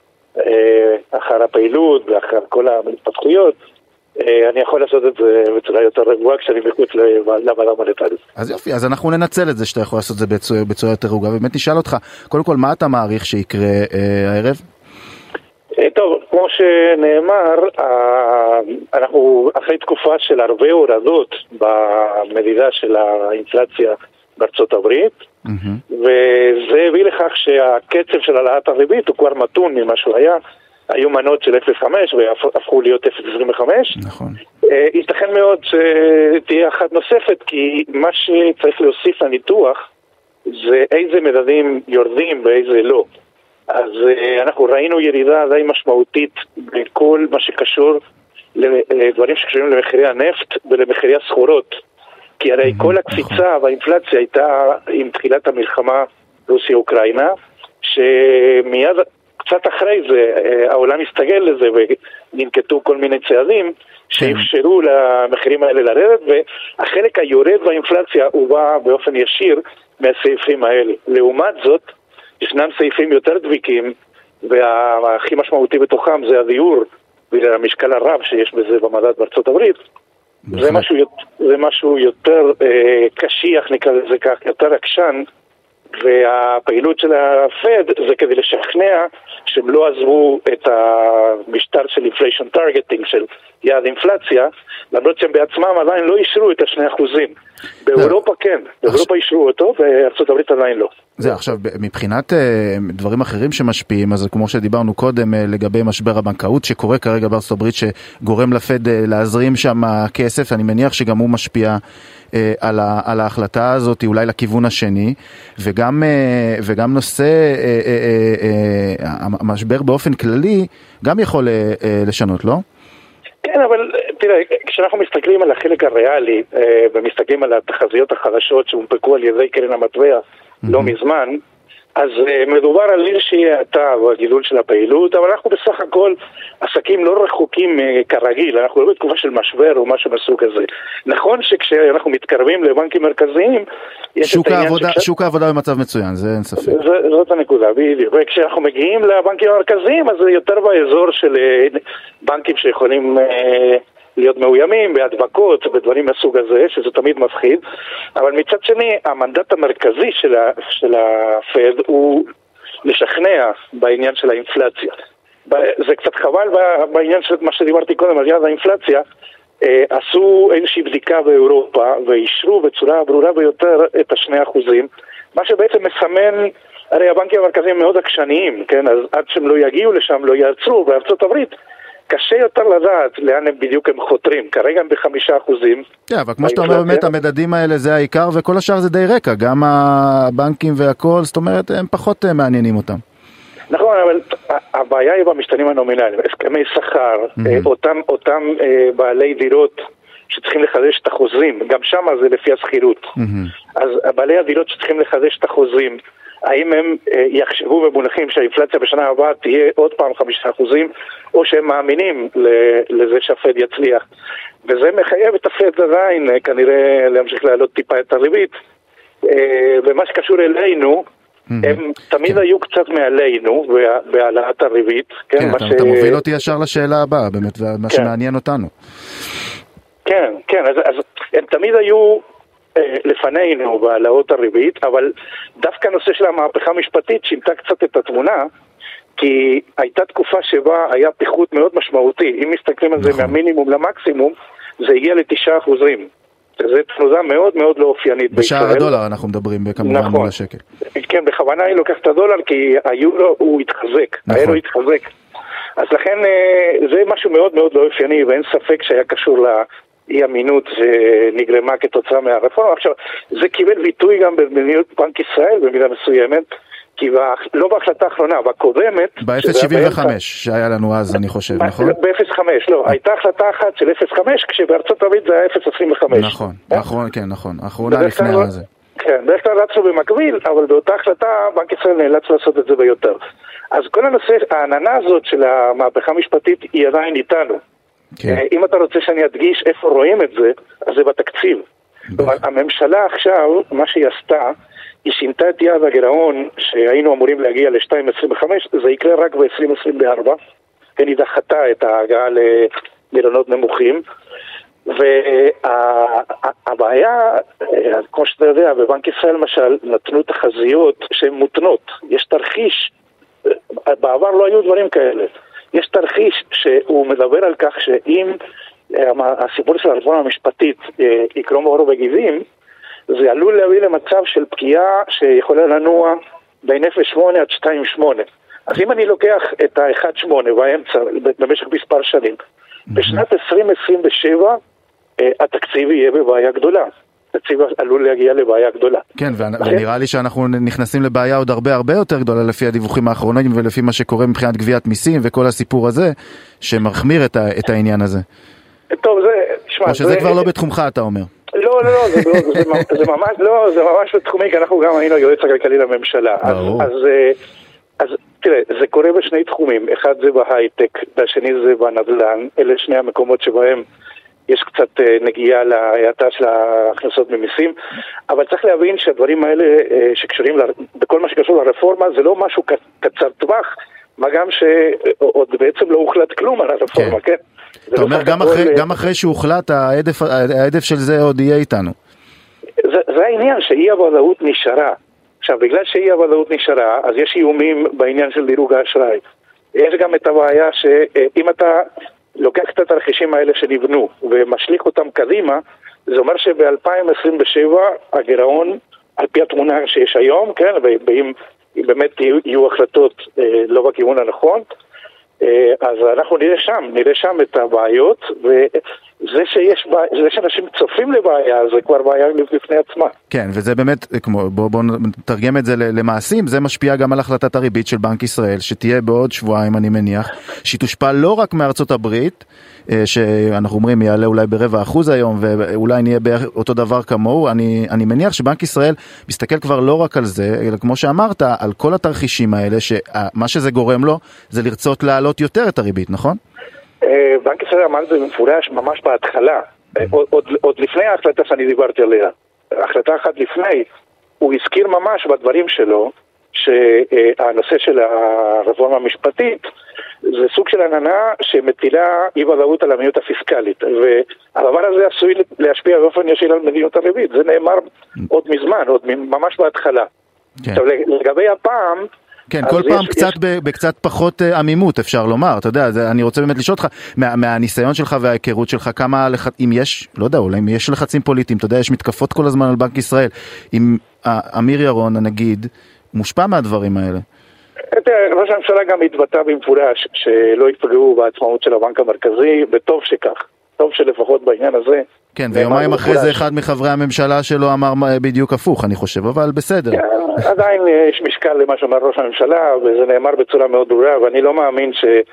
אחר הפעילות ואחר כל ההתפתחויות, אני יכול לעשות את זה בצורה יותר רגועה כשאני מחוץ לוועדה המוניטרית. אז יופי, אז אנחנו ננצל את זה שאתה יכול לעשות את זה בצורה, בצורה יותר רגועה, ובאמת נשאל אותך, קודם כל, מה אתה מעריך שיקרה אה, הערב? טוב, כמו שנאמר, אנחנו אחרי תקופה של הרבה הורדות במדידה של האינפלציה בארצות הברית, mm-hmm. וזה הביא לכך שהקצב של העלאת הריבית הוא כבר מתון ממה שהוא היה, היו מנות של אפס נקודה חמש והפכו להיות אפס נקודה עשרים וחמש. נכון. ייתכן מאוד שתהיה אחת נוספת, כי מה שצריך להוסיף לניתוח זה איזה מדדים יורדים ואיזה לא. אז אנחנו ראינו ירידה די משמעותית בכל מה שקשור לדברים שקשורים למחירי הנפט ולמחירי הסחורות. כי הרי כל הקפיצה והאינפלציה הייתה עם תחילת המלחמה רוסיה-אוקראינה, שמיד קצת אחרי זה העולם הסתגל לזה וננקטו כל מיני צעדים שאפשרו למחירים האלה לרדת, והחלק היורד באינפלציה הוא בא באופן ישיר מהסעיפים האלה. לעומת זאת, ישנם סעיפים יותר דביקים, והכי משמעותי בתוכם זה הדיור והמשקל הרב שיש בזה במדד בארצות הברית. זה משהו, זה משהו יותר אה, קשיח, נקרא לזה כך, יותר עקשן, והפעילות של הפד זה כדי לשכנע שהם לא עזבו את המשטר של inflation targeting, של יעד אינפלציה, למרות שהם בעצמם עדיין לא אישרו את השני אחוזים. באירופה כן, באירופה אישרו אותו, בארצות הברית עדיין לא. זה עכשיו, מבחינת דברים אחרים שמשפיעים, אז כמו שדיברנו קודם לגבי משבר הבנקאות שקורה כרגע בארצות הברית, שגורם לפד להזרים שם כסף, אני מניח שגם הוא משפיע על, ה, על ההחלטה הזאת, אולי לכיוון השני, וגם, וגם נושא המשבר באופן כללי, גם יכול לשנות, לא? כן, אבל תראה, כשאנחנו מסתכלים על החלק הריאלי, ומסתכלים על התחזיות החדשות שהונפקו על ידי קרן המטבע לא מזמן, אז מדובר על איזושהי האטה בגידול של הפעילות, אבל אנחנו בסך הכל עסקים לא רחוקים כרגיל, אנחנו לא בתקופה של משבר או משהו מסוג הזה. נכון שכשאנחנו מתקרבים לבנקים מרכזיים, שוק העבודה, שכש... שוק העבודה במצב מצוין, זה אין ספק. זה, זאת הנקודה, בדיוק. וכשאנחנו מגיעים לבנקים המרכזיים, אז זה יותר באזור של בנקים שיכולים להיות מאוימים, בהדבקות, בדברים מסוג הזה, שזה תמיד מפחיד. אבל מצד שני, המנדט המרכזי של, ה, של הפד הוא לשכנע בעניין של האינפלציה. זה קצת חבל בעניין של מה שדיברתי קודם על יעד האינפלציה. עשו איזושהי בדיקה באירופה ואישרו בצורה ברורה ביותר את השני אחוזים, מה שבעצם מסמן, הרי הבנקים המרכזיים מאוד עקשניים, כן? אז עד שהם לא יגיעו לשם, לא יעצרו. בארצות הברית קשה יותר לדעת לאן הם בדיוק הם חותרים, כרגע הם בחמישה אחוזים. כן, אבל כמו שאתה אומר, באמת המדדים האלה זה העיקר, וכל השאר זה די רקע, גם הבנקים והכל, זאת אומרת, הם פחות מעניינים אותם. נכון, אבל הבעיה היא במשתנים הנומינליים, הסכמי שכר, אותם, אותם בעלי דירות שצריכים לחדש את החוזים, גם שם זה לפי הסחירות. אז בעלי הדירות שצריכים לחדש את החוזים, האם הם יחשבו במונחים שהאינפלציה בשנה הבאה תהיה עוד פעם חמישה אחוזים, או שהם מאמינים לזה שהפד יצליח. וזה מחייב את הפד עדיין כנראה להמשיך להעלות טיפה את הריבית. ומה שקשור אלינו, הם תמיד היו קצת מעלינו בהעלאת הריבית. כן, אתה מוביל אותי ישר לשאלה הבאה, באמת, מה שמעניין אותנו. כן, כן, אז הם תמיד היו לפנינו בהעלאות הריבית, אבל דווקא הנושא של המהפכה המשפטית שינתה קצת את התמונה, כי הייתה תקופה שבה היה פיחות מאוד משמעותי. אם מסתכלים על זה מהמינימום למקסימום, זה הגיע לתשעה אחוזים. זו תנודה מאוד מאוד לא אופיינית בישראל. בשער הדולר אנחנו מדברים כמובן מול השקל. כן, בכוונה אני לוקח את הדולר כי היורו הוא התחזק, האירו התחזק. אז לכן זה משהו מאוד מאוד לא אופייני, ואין ספק שהיה קשור לאי אמינות שנגרמה כתוצאה מהרפורמה. עכשיו, זה קיבל ביטוי גם במדיניות בנק ישראל במידה מסוימת, כי לא בהחלטה האחרונה, בקודמת... ב-אפס נקודה שבעים וחמש שהיה לנו אז, אני חושב, נכון? ב-אפס נקודה חמש, לא. הייתה החלטה אחת של אפס נקודה חמש, כשבארצות הברית זה היה אפס נקודה עשרים וחמש. נכון, נכון, כן, נכון. האחרונה לפני הזה. כן, בערך כלל רצנו במקביל, אבל באותה החלטה בנק ישראל נאלץ לעשות את זה ביותר. אז כל הנושא, העננה הזאת של המהפכה המשפטית היא עדיין איתנו. אם אתה רוצה שאני אדגיש איפה רואים את זה, אז זה בתקציב. הממשלה עכשיו, מה שהיא עשתה, היא שינתה את יעד הגירעון שהיינו אמורים להגיע ל-שתיים נקודה עשרים וחמש, זה יקרה רק ב-עשרים עשרים וארבע, היא דחתה את ההגעה לגירעונות נמוכים, והבעיה, כמו שאתה יודע, בבנק ישראל למשל נתנו תחזיות שהן מותנות, יש תרחיש, בעבר לא היו דברים כאלה, יש תרחיש שהוא מדבר על כך שאם הסיפור של הרפורמה המשפטית יקרום עור וגידים, זה עלול להביא למצב של פגיעה שיכולה לנוע בין אפס נקודה שמונה עד שתיים נקודה שמונה. אז אם אני לוקח את ה-אחד נקודה שמונה באמצע במשך מספר שנים, בשנת עשרים עשרים ושבע התקציב יהיה בבעיה גדולה. התקציב עלול להגיע לבעיה גדולה. כן, ונראה לי שאנחנו נכנסים לבעיה עוד הרבה הרבה יותר גדולה לפי הדיווחים האחרונים ולפי מה שקורה מבחינת גביית מיסים וכל הסיפור הזה שמחמיר את העניין הזה. טוב, זה, תשמע, או שזה כבר לא בתחומך, אתה אומר. לא, לא, לא, זה ממש, לא, זה ממש בתחומי, כי אנחנו גם היינו יועץ הכלכלי לממשלה. אז תראה, זה קורה בשני תחומים, אחד זה בהייטק, והשני זה בנדל"ן, אלה שני המקומות שבהם יש קצת נגיעה להאטה של ההכנסות ממיסים, אבל צריך להבין שהדברים האלה שקשורים, בכל מה שקשור לרפורמה, זה לא משהו קצר טווח, מה גם שעוד בעצם לא הוחלט כלום על הרפורמה, כן? אתה אומר, גם אחרי שהוחלט, העדף של זה עוד יהיה איתנו. זה העניין, שאי הוודאות נשארה. עכשיו, בגלל שאי הוודאות נשארה, אז יש איומים בעניין של דירוג האשראי. יש גם את הבעיה שאם אתה לוקח את התרחישים האלה שנבנו ומשליך אותם קדימה, זה אומר שב-אלפיים עשרים ושבע הגירעון, על פי התמונה שיש היום, כן, ואם באמת יהיו החלטות לא בכיוון הנכון, אז אנחנו נראה שם, נראה שם את הבעיות, וזה שיש, זה שאנשים צופים לבעיה, זה כבר בעיה לפני עצמה. כן, וזה באמת, כמו, בוא, בוא נתרגם את זה למעשים, זה משפיע גם על החלטת הריבית של בנק ישראל, שתהיה בעוד שבועיים, אני מניח, שתושפע לא רק מארצות הברית, שאנחנו אומרים יעלה אולי ברבע אחוז היום, ואולי נהיה באותו דבר כמוהו. אני, אני מניח שבנק ישראל מסתכל כבר לא רק על זה, אלא כמו שאמרת, על כל התרחישים האלה, שמה שזה גורם לו, זה לרצות להעלות יותר את הריבית, נכון? בנק ישראל אמר זה מפורש ממש בהתחלה, עוד, עוד, עוד לפני ההחלטה שאני דיברתי עליה, החלטה אחת לפני, הוא הזכיר ממש בדברים שלו, שהנושא של הרפורמה המשפטית זה סוג של עננה שמטילה אי ודאות על המדיניות הפיסקלית, והדבר הזה עשוי להשפיע באופן ישיר על מדיניות הריבית. זה נאמר עוד מזמן, עוד ממש בהתחלה. כן. עכשיו, לגבי הפעם, כן, כל פעם יש, קצת יש... בקצת פחות עמימות, אפשר לומר. אתה יודע, זה, אני רוצה באמת לשאול אותך, מה, מהניסיון שלך וההיכרות שלך, כמה, לח... אם יש, לא יודע, אולי אם יש לחצים פוליטיים, אתה יודע, יש מתקפות כל הזמן על בנק ישראל, אם אמיר ירון, הנגיד, מושפע מהדברים האלה. ראש הממשלה גם התבטא במפורש שלא יפגעו בעצמאות של הבנק המרכזי, וטוב שכך. טוב שלפחות בעניין הזה. כן, ויומיים אחרי זה אחד מחברי הממשלה שלו אמר בדיוק הפוך, אני חושב, אבל בסדר. עדיין יש משקל למה שאומר ראש הממשלה, וזה נאמר בצורה מאוד ברורה, ואני לא מאמין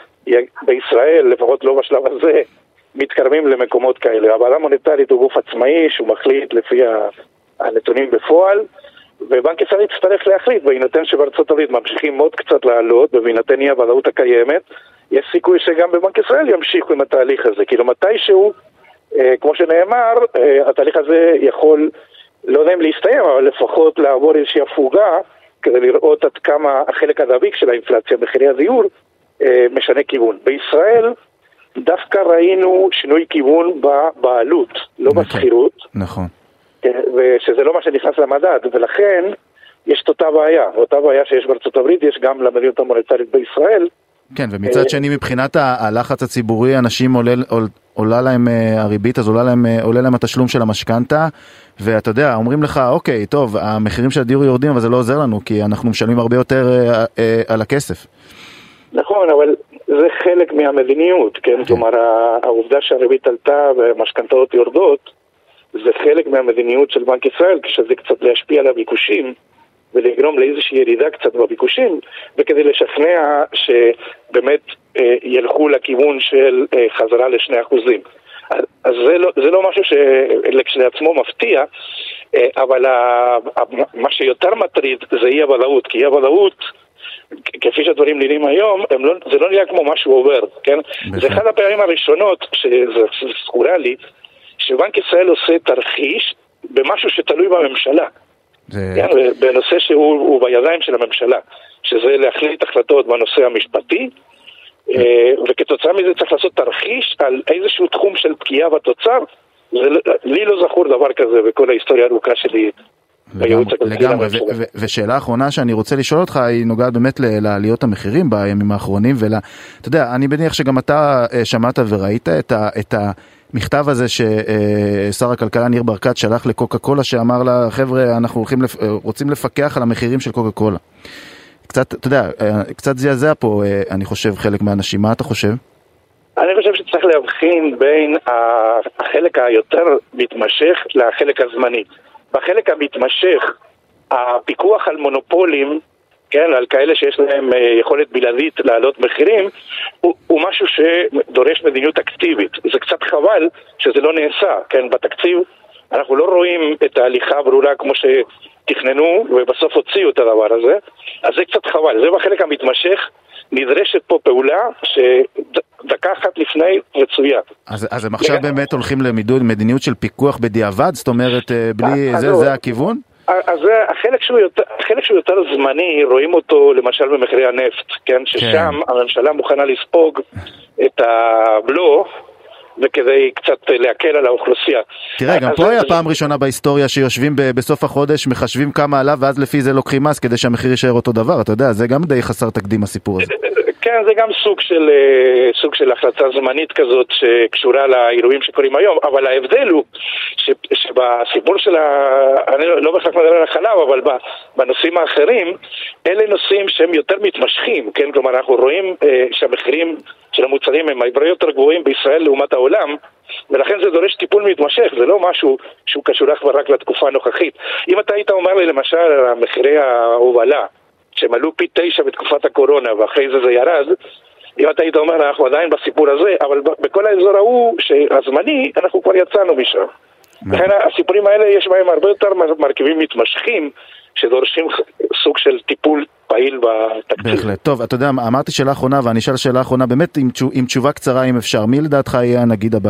שבישראל, לפחות לא בשלב הזה, מתקרבים למקומות כאלה. הוועדה המוניטרית הוא גוף עצמאי שהוא מחליט לפי הנתונים בפועל, ובנק ישראל יצטרך להחליט, בהינתן שבארצות הברית ממשיכים עוד קצת לעלות, ובהינתן אי הוודאות הקיימת, יש סיכוי שגם בבנק ישראל ימשיכו עם התהליך הזה. כאילו מתישהו, אה, כמו שנאמר, אה, התהליך הזה יכול, לא יודע אם להסתיים, אבל לפחות לעבור איזושהי הפוגה, כדי לראות עד כמה החלק הדביק של האינפלציה בחירי הדיור אה, משנה כיוון. בישראל דווקא ראינו שינוי כיוון בעלות, לא נכון, בסחירות. נכון. ושזה לא מה שנכנס למדד, ולכן יש את אותה בעיה, אותה בעיה שיש בארצות הברית, יש גם למדיניות המוניטרית בישראל. כן, ומצד שני מבחינת הלחץ הציבורי, אנשים עולה, עולה להם הריבית, אז עולה להם, עולה להם התשלום של המשכנתה, ואתה יודע, אומרים לך, אוקיי, טוב, המחירים של הדיור יורדים, אבל זה לא עוזר לנו, כי אנחנו משלמים הרבה יותר על הכסף. נכון, אבל זה חלק מהמדיניות, כן? כלומר, העובדה שהריבית עלתה ומשכנתאות יורדות, זה חלק מהמדיניות של בנק ישראל, כשזה קצת להשפיע על הביקושים, ולגרום לאיזושהי ירידה קצת בביקושים, וכדי לשכנע שבאמת אה, ילכו לכיוון של אה, חזרה לשני אחוזים. אז, אז זה, לא, זה לא משהו שלעצמו מפתיע, אה, אבל ה, ה, מה שיותר מטריד זה אי הוודאות, כי אי הוודאות, כפי שהדברים נראים היום, לא, זה לא נראה כמו משהו עובר, כן? בכלל. זה אחד הפעמים הראשונות שזה זכורה לי, שבנק ישראל עושה תרחיש במשהו שתלוי בממשלה. זה... כן, בנושא שהוא בידיים של הממשלה, שזה להחליט החלטות בנושא המשפטי, וכתוצאה מזה צריך לעשות תרחיש על איזשהו תחום של פגיעה בתוצר. זה, לי לא זכור דבר כזה בכל ההיסטוריה הארוכה שלי. לגמרי, ושאלה האחרונה שאני רוצה לשאול אותך היא נוגעת באמת לעליות המחירים בימים האחרונים, ואתה יודע, אני מניח שגם אתה שמעת וראית את המכתב הזה ששר הכלכלה ניר ברקת שלח לקוקה קולה, שאמר לה, חבר'ה, אנחנו רוצים לפקח על המחירים של קוקה קולה. קצת, אתה יודע, קצת זעזע פה, אני חושב, חלק מהאנשים. מה אתה חושב? אני חושב שצריך להבחין בין החלק היותר מתמשך לחלק הזמני. בחלק המתמשך, הפיקוח על מונופולים, כן, על כאלה שיש להם יכולת בלעדית להעלות מחירים, הוא, הוא משהו שדורש מדיניות אקטיבית. זה קצת חבל שזה לא נעשה, כן, בתקציב אנחנו לא רואים את ההליכה הברורה כמו שתכננו ובסוף הוציאו את הדבר הזה, אז זה קצת חבל. זה בחלק המתמשך, נדרשת פה פעולה שדקה אחת לפני רצויה. אז, אז הם עכשיו באמת הולכים למדיניות של פיקוח בדיעבד? זאת אומרת, בלי זה, זה הכיוון? אז החלק שהוא יותר, החלק שהוא יותר זמני, רואים אותו למשל במחירי הנפט, כן? ששם הממשלה מוכנה לספוג את הבלו, וכדי קצת להקל על האוכלוסייה. תראה, גם פה היה פעם ראשונה בהיסטוריה שיושבים בסוף החודש, מחשבים כמה עליו, ואז לפי זה לוקחים מס כדי שהמחיר יישאר אותו דבר. אתה יודע, זה גם די חסר תקדים הסיפור הזה. כן, זה גם סוג של, סוג של החלטה זמנית כזאת שקשורה לאירועים שקורים היום, אבל ההבדל הוא ש, שבסיפור של ה... אני לא בכלל מדבר על החלב, אבל בנושאים האחרים, אלה נושאים שהם יותר מתמשכים, כן? כלומר, אנחנו רואים שהמחירים של המוצרים הם הרבה יותר גבוהים בישראל לעומת העולם, ולכן זה דורש טיפול מתמשך, זה לא משהו שהוא קשור רק לתקופה הנוכחית. אם אתה היית אומר לי למשל על מחירי ההובלה, שהם עלו פי תשע בתקופת הקורונה, ואחרי זה זה ירד, אם אתה היית אומר, אנחנו עדיין בסיפור הזה, אבל בכל האזור ההוא, שהזמני, אנחנו כבר יצאנו משם. לכן הסיפורים האלה יש בהם הרבה יותר מרכיבים מתמשכים, שדורשים סוג של טיפול פעיל בתקציב. בהחלט. טוב, אתה יודע, אמרתי שאלה אחרונה, ואני אשאל שאלה אחרונה, באמת עם תשובה קצרה אם אפשר. מי לדעתך יהיה הנגיד הבא?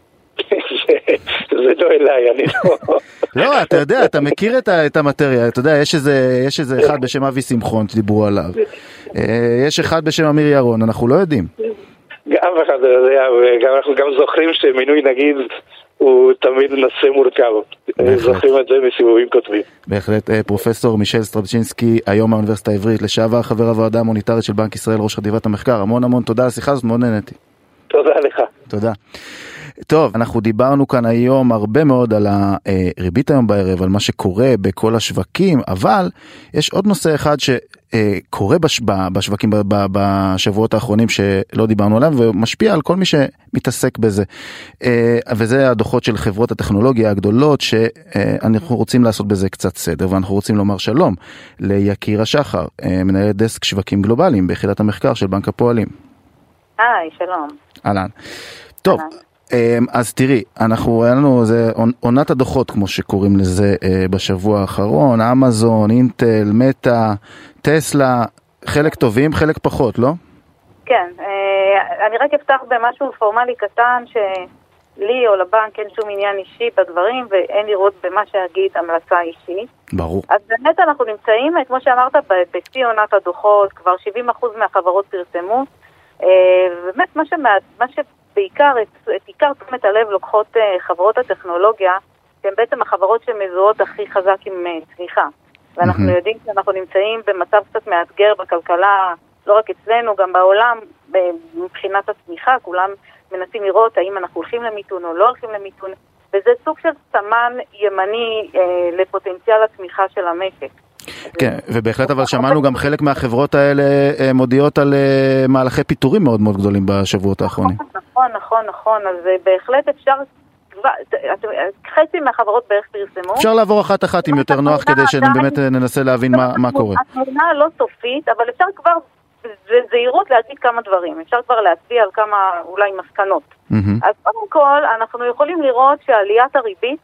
זה לא אליי, אני לא... לא, אתה יודע, אתה מכיר את המטריה, אתה יודע, יש איזה, יש איזה אחד בשם אבי שמחון שדיברו עליו. יש אחד בשם אמיר ירון, אנחנו לא יודעים. גם אחד, וגם אנחנו גם זוכרים שמינוי נגיד הוא תמיד נושא מורכב. זוכרים את זה מסיבובים כותבים. בהחלט, פרופסור מישל סטרבצ'ינסקי, היום מהאוניברסיטה העברית, לשעבר חבר הוועדה המוניטרית של בנק ישראל, ראש חטיבת המחקר. המון המון תודה על השיחה הזאת, מאוד נהניתי. תודה לך. תודה. טוב, אנחנו דיברנו כאן היום הרבה מאוד על הריבית היום בערב, על מה שקורה בכל השווקים, אבל יש עוד נושא אחד שקורה בשווקים בשבועות האחרונים שלא דיברנו עליו, ומשפיע על כל מי שמתעסק בזה. וזה הדוחות של חברות הטכנולוגיה הגדולות, שאנחנו רוצים לעשות בזה קצת סדר, ואנחנו רוצים לומר שלום ליקיר השחר, מנהלת דסק שווקים גלובליים ביחידת המחקר של בנק הפועלים. היי, שלום. אהלן. טוב, אז תראי, אנחנו, היה לנו, זה עונת הדוחות, כמו שקוראים לזה בשבוע האחרון, אמזון, אינטל, מטה, טסלה, חלק טובים, חלק פחות, לא? כן, אני רק אפתח במשהו פורמלי קטן, שלי או לבנק אין שום עניין אישי בדברים, ואין לראות במה שאגיד המלצה אישית. ברור. אז באמת אנחנו נמצאים, כמו שאמרת, בשיא עונת הדוחות, כבר שבעים אחוז מהחברות פרסמו, ובאמת מה שמעט, מה ש... בעיקר, את, את עיקר תשומת הלב לוקחות uh, חברות הטכנולוגיה, שהן בעצם החברות שמזוהות הכי חזק עם uh, צמיחה. ואנחנו mm-hmm. יודעים שאנחנו נמצאים במצב קצת מאתגר בכלכלה, לא רק אצלנו, גם בעולם, מבחינת הצמיחה, כולם מנסים לראות האם אנחנו הולכים למיתון או לא הולכים למיתון, וזה סוג של סמן ימני uh, לפוטנציאל הצמיחה של המשק. כן, ובהחלט אבל שמענו גם חלק מהחברות האלה מודיעות על מהלכי פיטורים מאוד מאוד גדולים בשבועות האחרונים. נכון, נכון, נכון, אז בהחלט אפשר, חצי מהחברות בערך פרסמו. אפשר לעבור אחת אחת עם יותר נוח כדי שבאמת ננסה להבין מה קורה. התמונה לא סופית, אבל אפשר כבר בזהירות להגיד כמה דברים, אפשר כבר להצביע על כמה אולי מסקנות. אז קודם כל, אנחנו יכולים לראות שעליית הריבית,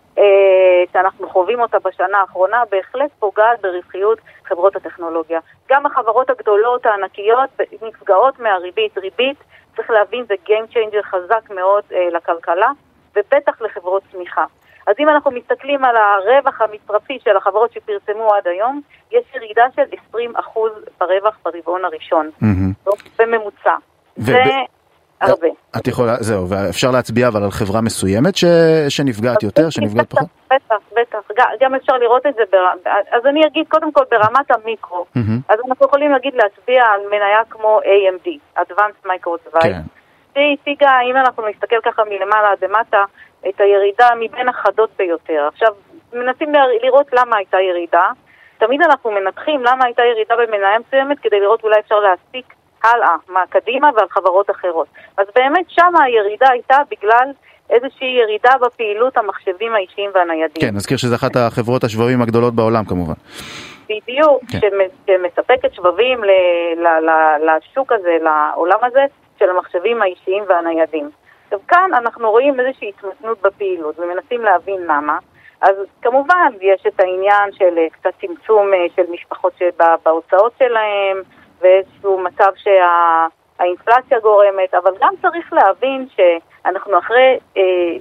שאנחנו חווים אותה בשנה האחרונה, בהחלט פוגעת ברווחיות חברות הטכנולוגיה. גם החברות הגדולות, הענקיות, נפגעות מהריבית. ריבית, צריך להבין, זה game changer חזק מאוד אה, לכלכלה, ובטח לחברות צמיחה. אז אם אנחנו מסתכלים על הרווח המצרפי של החברות שפרסמו עד היום, יש ירידה של עשרים אחוז ברווח ברבעון הראשון. Mm-hmm. בממוצע. ו- זה... הרבה. את יכולה, זהו, ואפשר להצביע אבל על חברה מסוימת ש... שנפגעת יותר, שנפגעת פחות? בטח, בטח, גם אפשר לראות את זה, בר... אז אני אגיד קודם כל ברמת המיקרו, אז אנחנו יכולים להגיד להצביע על מניה כמו איי אם די, Advanced Micro Device, שהיא הציגה, אם אנחנו נסתכל ככה מלמעלה עד למטה, את הירידה מבין החדות ביותר. עכשיו, מנסים לראות למה הייתה ירידה, תמיד אנחנו מנתחים למה הייתה ירידה במניה מסוימת, כדי לראות אולי אפשר להסיק הלאה, מה קדימה ועל חברות אחרות. אז באמת שם הירידה הייתה בגלל איזושהי ירידה בפעילות המחשבים האישיים והניידים. כן, נזכיר שזה אחת החברות השבבים הגדולות בעולם כמובן. בדיוק, כן. שמספקת שבבים ל, ל, ל, לשוק הזה, לעולם הזה, של המחשבים האישיים והניידים. עכשיו כאן אנחנו רואים איזושהי התמתנות בפעילות ומנסים להבין למה. אז כמובן יש את העניין של קצת צמצום של משפחות בהוצאות שלהם, ואיזשהו מצב שהאינפלציה גורמת, אבל גם צריך להבין שאנחנו אחרי אה,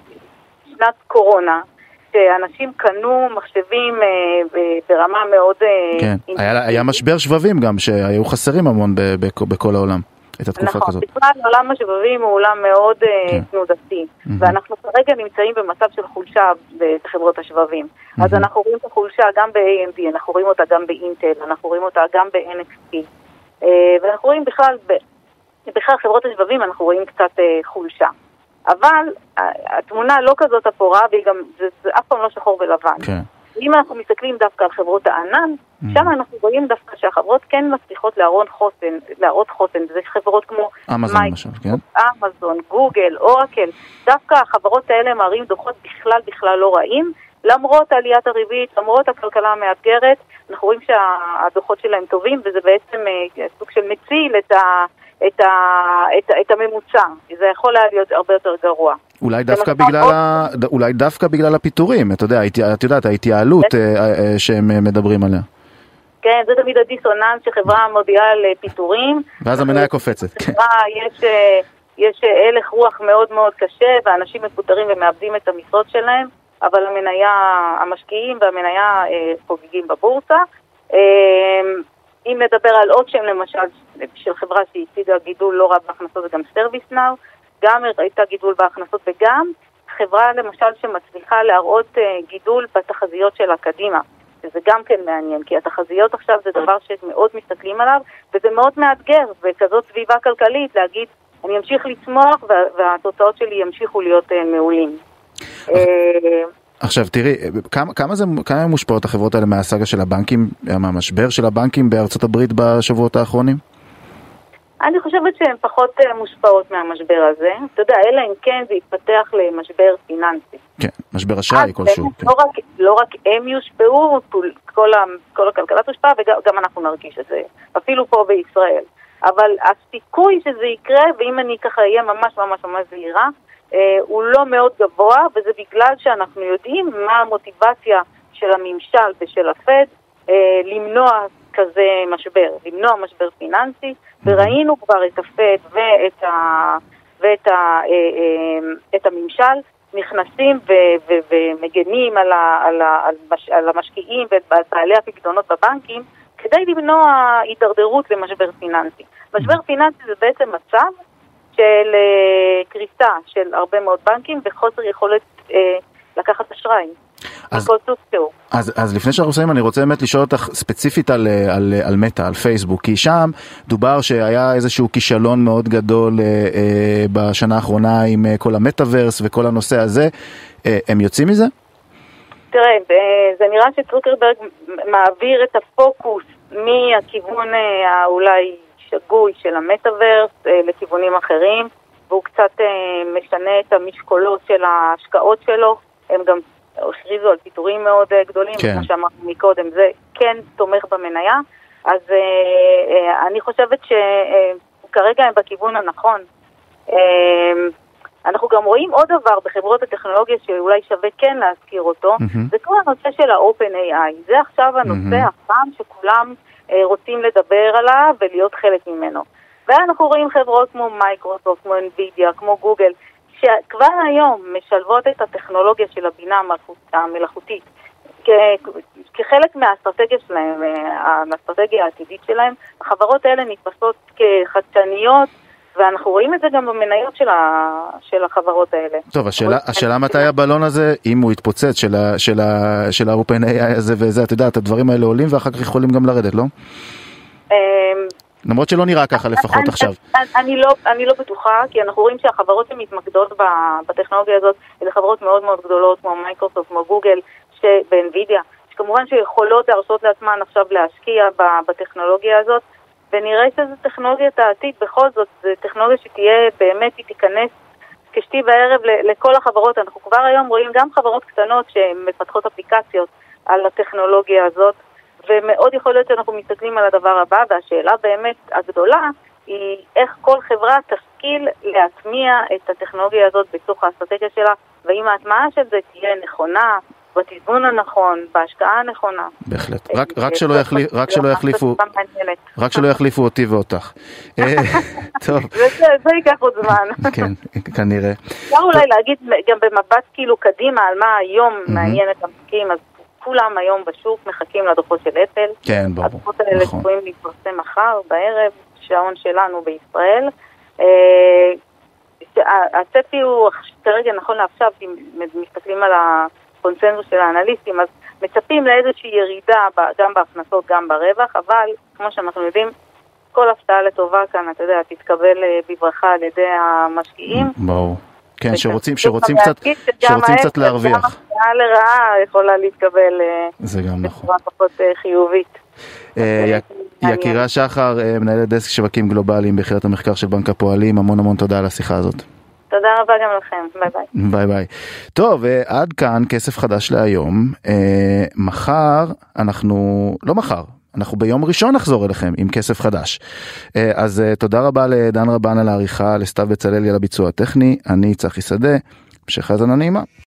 שנת קורונה, שאנשים קנו מחשבים אה, ברמה מאוד... אה, כן, היה, היה משבר שבבים גם, שהיו חסרים המון ב- ב- בכל העולם, את התקופה נכון, כזאת. נכון, בכלל עולם השבבים הוא עולם מאוד כן. תנודתי, mm-hmm. ואנחנו כרגע נמצאים במצב של חולשה בחברות השבבים. Mm-hmm. אז אנחנו רואים את החולשה גם ב-איי אם די, אנחנו רואים אותה גם באינטל, אנחנו רואים אותה גם ב-אן אקס פי. ואנחנו רואים בכלל, בכלל חברות השבבים אנחנו רואים קצת חולשה. אבל התמונה לא כזאת אפורה, וגם זה, זה אף פעם לא שחור ולבן. Okay. אם אנחנו מסתכלים דווקא על חברות הענן, mm. שם אנחנו רואים דווקא שהחברות כן מצליחות להראות חוסן, להראות חוסן, זה חברות כמו אמזון למשל, כן? אמזון, גוגל, אורקל, דווקא החברות האלה מראים דוחות בכלל בכלל לא רעים, למרות עליית הריבית, למרות הכלכלה המאתגרת, אנחנו רואים שהדוחות שלהם טובים, וזה בעצם סוג של מציל את, ה, את, ה, את, את הממוצע. זה יכול להיות הרבה יותר גרוע. אולי דווקא בגלל, ה... אולי דווקא בגלל הפיטורים, אתה יודע, את יודעת, ההתייעלות שהם מדברים עליה. כן, זה תמיד הדיסוננס שחברה מודיעה על פיטורים. ואז המניה קופצת. יש, יש הלך רוח מאוד מאוד קשה, ואנשים מפוטרים ומאבדים את המשרות שלהם. אבל המניה, המשקיעים והמניה אה, חוגגים בבורסה. אה, אם נדבר על עוד שם למשל של חברה שהציגה גידול לא רב בהכנסות, זה גם ServiceNow, גם הייתה גידול בהכנסות, וגם חברה למשל שמצליחה להראות אה, גידול בתחזיות של הקדימה. וזה גם כן מעניין, כי התחזיות עכשיו זה דבר שמאוד מסתכלים עליו, וזה מאוד מאתגר, וכזאת סביבה כלכלית להגיד, אני אמשיך לצמוח וה, והתוצאות שלי ימשיכו להיות אה, מעולים. עכשיו תראי, כמה, כמה, זה, כמה מושפעות החברות האלה מהסאגה של הבנקים, מהמשבר של הבנקים בארצות הברית בשבועות האחרונים? אני חושבת שהן פחות מושפעות מהמשבר הזה. אתה יודע, אלא אם כן זה יתפתח למשבר פיננסי. כן, משבר אשראי כלשהו. לא רק, לא רק הם יושפעו, כל, ה, כל הכלכלה תושפע, וגם אנחנו נרגיש את זה, אפילו פה בישראל. אבל הסיכוי שזה יקרה, ואם אני ככה אהיה ממש ממש ממש זהירה, הוא לא מאוד גבוה, וזה בגלל שאנחנו יודעים מה המוטיבציה של הממשל ושל הפד למנוע כזה משבר, למנוע משבר פיננסי, וראינו כבר את הפד ואת ה... ואת ה... את הממשל נכנסים ו- ו- ומגנים על, ה- על, ה- על, מש- על המשקיעים ועל בעלי הפקדונות בבנקים כדי למנוע הידרדרות למשבר פיננסי. משבר פיננסי זה בעצם מצב של uh, קריסה של הרבה מאוד בנקים וחוסר יכולת uh, לקחת אשראי. אז, אז, אז לפני שאנחנו עושים, אני רוצה באמת לשאול אותך ספציפית על, על, על מטה, על פייסבוק, כי שם דובר שהיה איזשהו כישלון מאוד גדול אה, אה, בשנה האחרונה עם אה, כל המטאברס וכל הנושא הזה. אה, הם יוצאים מזה? תראה, זה נראה שצוקרברג מעביר את הפוקוס מהכיוון האולי שגוי של המטאברס אה, לכיוונים אחרים, והוא קצת אה, משנה את המשקולות של ההשקעות שלו. הם גם הכריזו על פיתורים מאוד גדולים, כן. כמו שאמרנו מקודם, זה כן תומך במניה, אז אה, אה, אני חושבת שכרגע אה, הם בכיוון הנכון. אה, אנחנו גם רואים עוד דבר בחברות הטכנולוגיה שאולי שווה כן להזכיר אותו, mm-hmm. זה כל הנושא של ה-OpenAI. זה עכשיו הנושא mm-hmm. הפעם שכולם אה, רוצים לדבר עליו ולהיות חלק ממנו. ואנחנו רואים חברות כמו מייקרוסופט, כמו NVIDIA, כמו גוגל, שכבר היום משלבות את הטכנולוגיה של הבינה המלאכותית כחלק מהאסטרטגיה שלהם, האסטרטגיה העתידית שלהם. החברות האלה נתפסות כחדשניות, ואנחנו רואים את זה גם במניות של, ה... של החברות האלה. טוב, השאלה, השאלה מתי הבלון הזה, אם הוא יתפוצץ של, ה... של, ה... של ה-OpenAI הזה וזה, אתה יודע, את הדברים האלה עולים ואחר כך יכולים גם לרדת, לא? למרות שלא נראה ככה לפחות אני, עכשיו. אני, אני, לא, אני לא בטוחה, כי אנחנו רואים שהחברות שמתמקדות בטכנולוגיה הזאת, אלה חברות מאוד מאוד גדולות, כמו מייקרוסופט, כמו גוגל, באנווידיה, שכמובן שיכולות להרשות לעצמן עכשיו להשקיע בטכנולוגיה הזאת, ונראה שזו טכנולוגיית העתיד, בכל זאת, זו טכנולוגיה שתהיה, באמת היא תיכנס כשתי בערב לכל החברות. אנחנו כבר היום רואים גם חברות קטנות שמפתחות אפליקציות על הטכנולוגיה הזאת, ומאוד יכול להיות שאנחנו מסתכלים על הדבר הבא, והשאלה באמת הגדולה היא איך כל חברה תשכיל להטמיע את הטכנולוגיה הזאת בתוך האסטרטגיה שלה, ואם ההטמעה של זה תהיה נכונה, בתזמון הנכון, בהשקעה הנכונה. בהחלט. רק, רק שלא יחליף, רק שלא יחליפו, רק שלא יחליפו אותי ואותך. טוב. זה ייקח עוד זמן. כן, כנראה. אפשר אולי להגיד גם במבט כאילו קדימה על מה היום מעניין את המשקיעים, אז כולם היום בשוק מחכים לדוחות של אפל. כן, ברור. הדוחות האלה צפויים להתפרסם מחר בערב, שעון שלנו בישראל. הצפי הוא כרגע נכון לעכשיו, אם מסתכלים על הקונצנזוס של האנליסטים, אז מצפים לאיזושהי ירידה גם בהכנסות, גם ברווח, אבל כמו שאנחנו יודעים, כל הפתעה לטובה כאן, אתה יודע, תתקבל בברכה על ידי המשקיעים. ברור. כן, שרוצים, שרוצים קצת, שרוצים קצת להרוויח. גם הפתעה לרעה יכולה להתקבל בצורה פחות חיובית. יקירה שחר, מנהלת דסק שווקים גלובליים ביחידת המחקר של בנק הפועלים, המון המון תודה על השיחה הזאת. תודה רבה גם לכם, ביי ביי. ביי ביי. טוב, עד כאן כסף חדש להיום. מחר, אנחנו, לא מחר, אנחנו ביום ראשון נחזור אליכם עם כסף חדש. אז תודה רבה לדן רבן על העריכה, לסתיו בצללי על הביצוע הטכני, אני צחי שדה, המשך האזנה נעימה.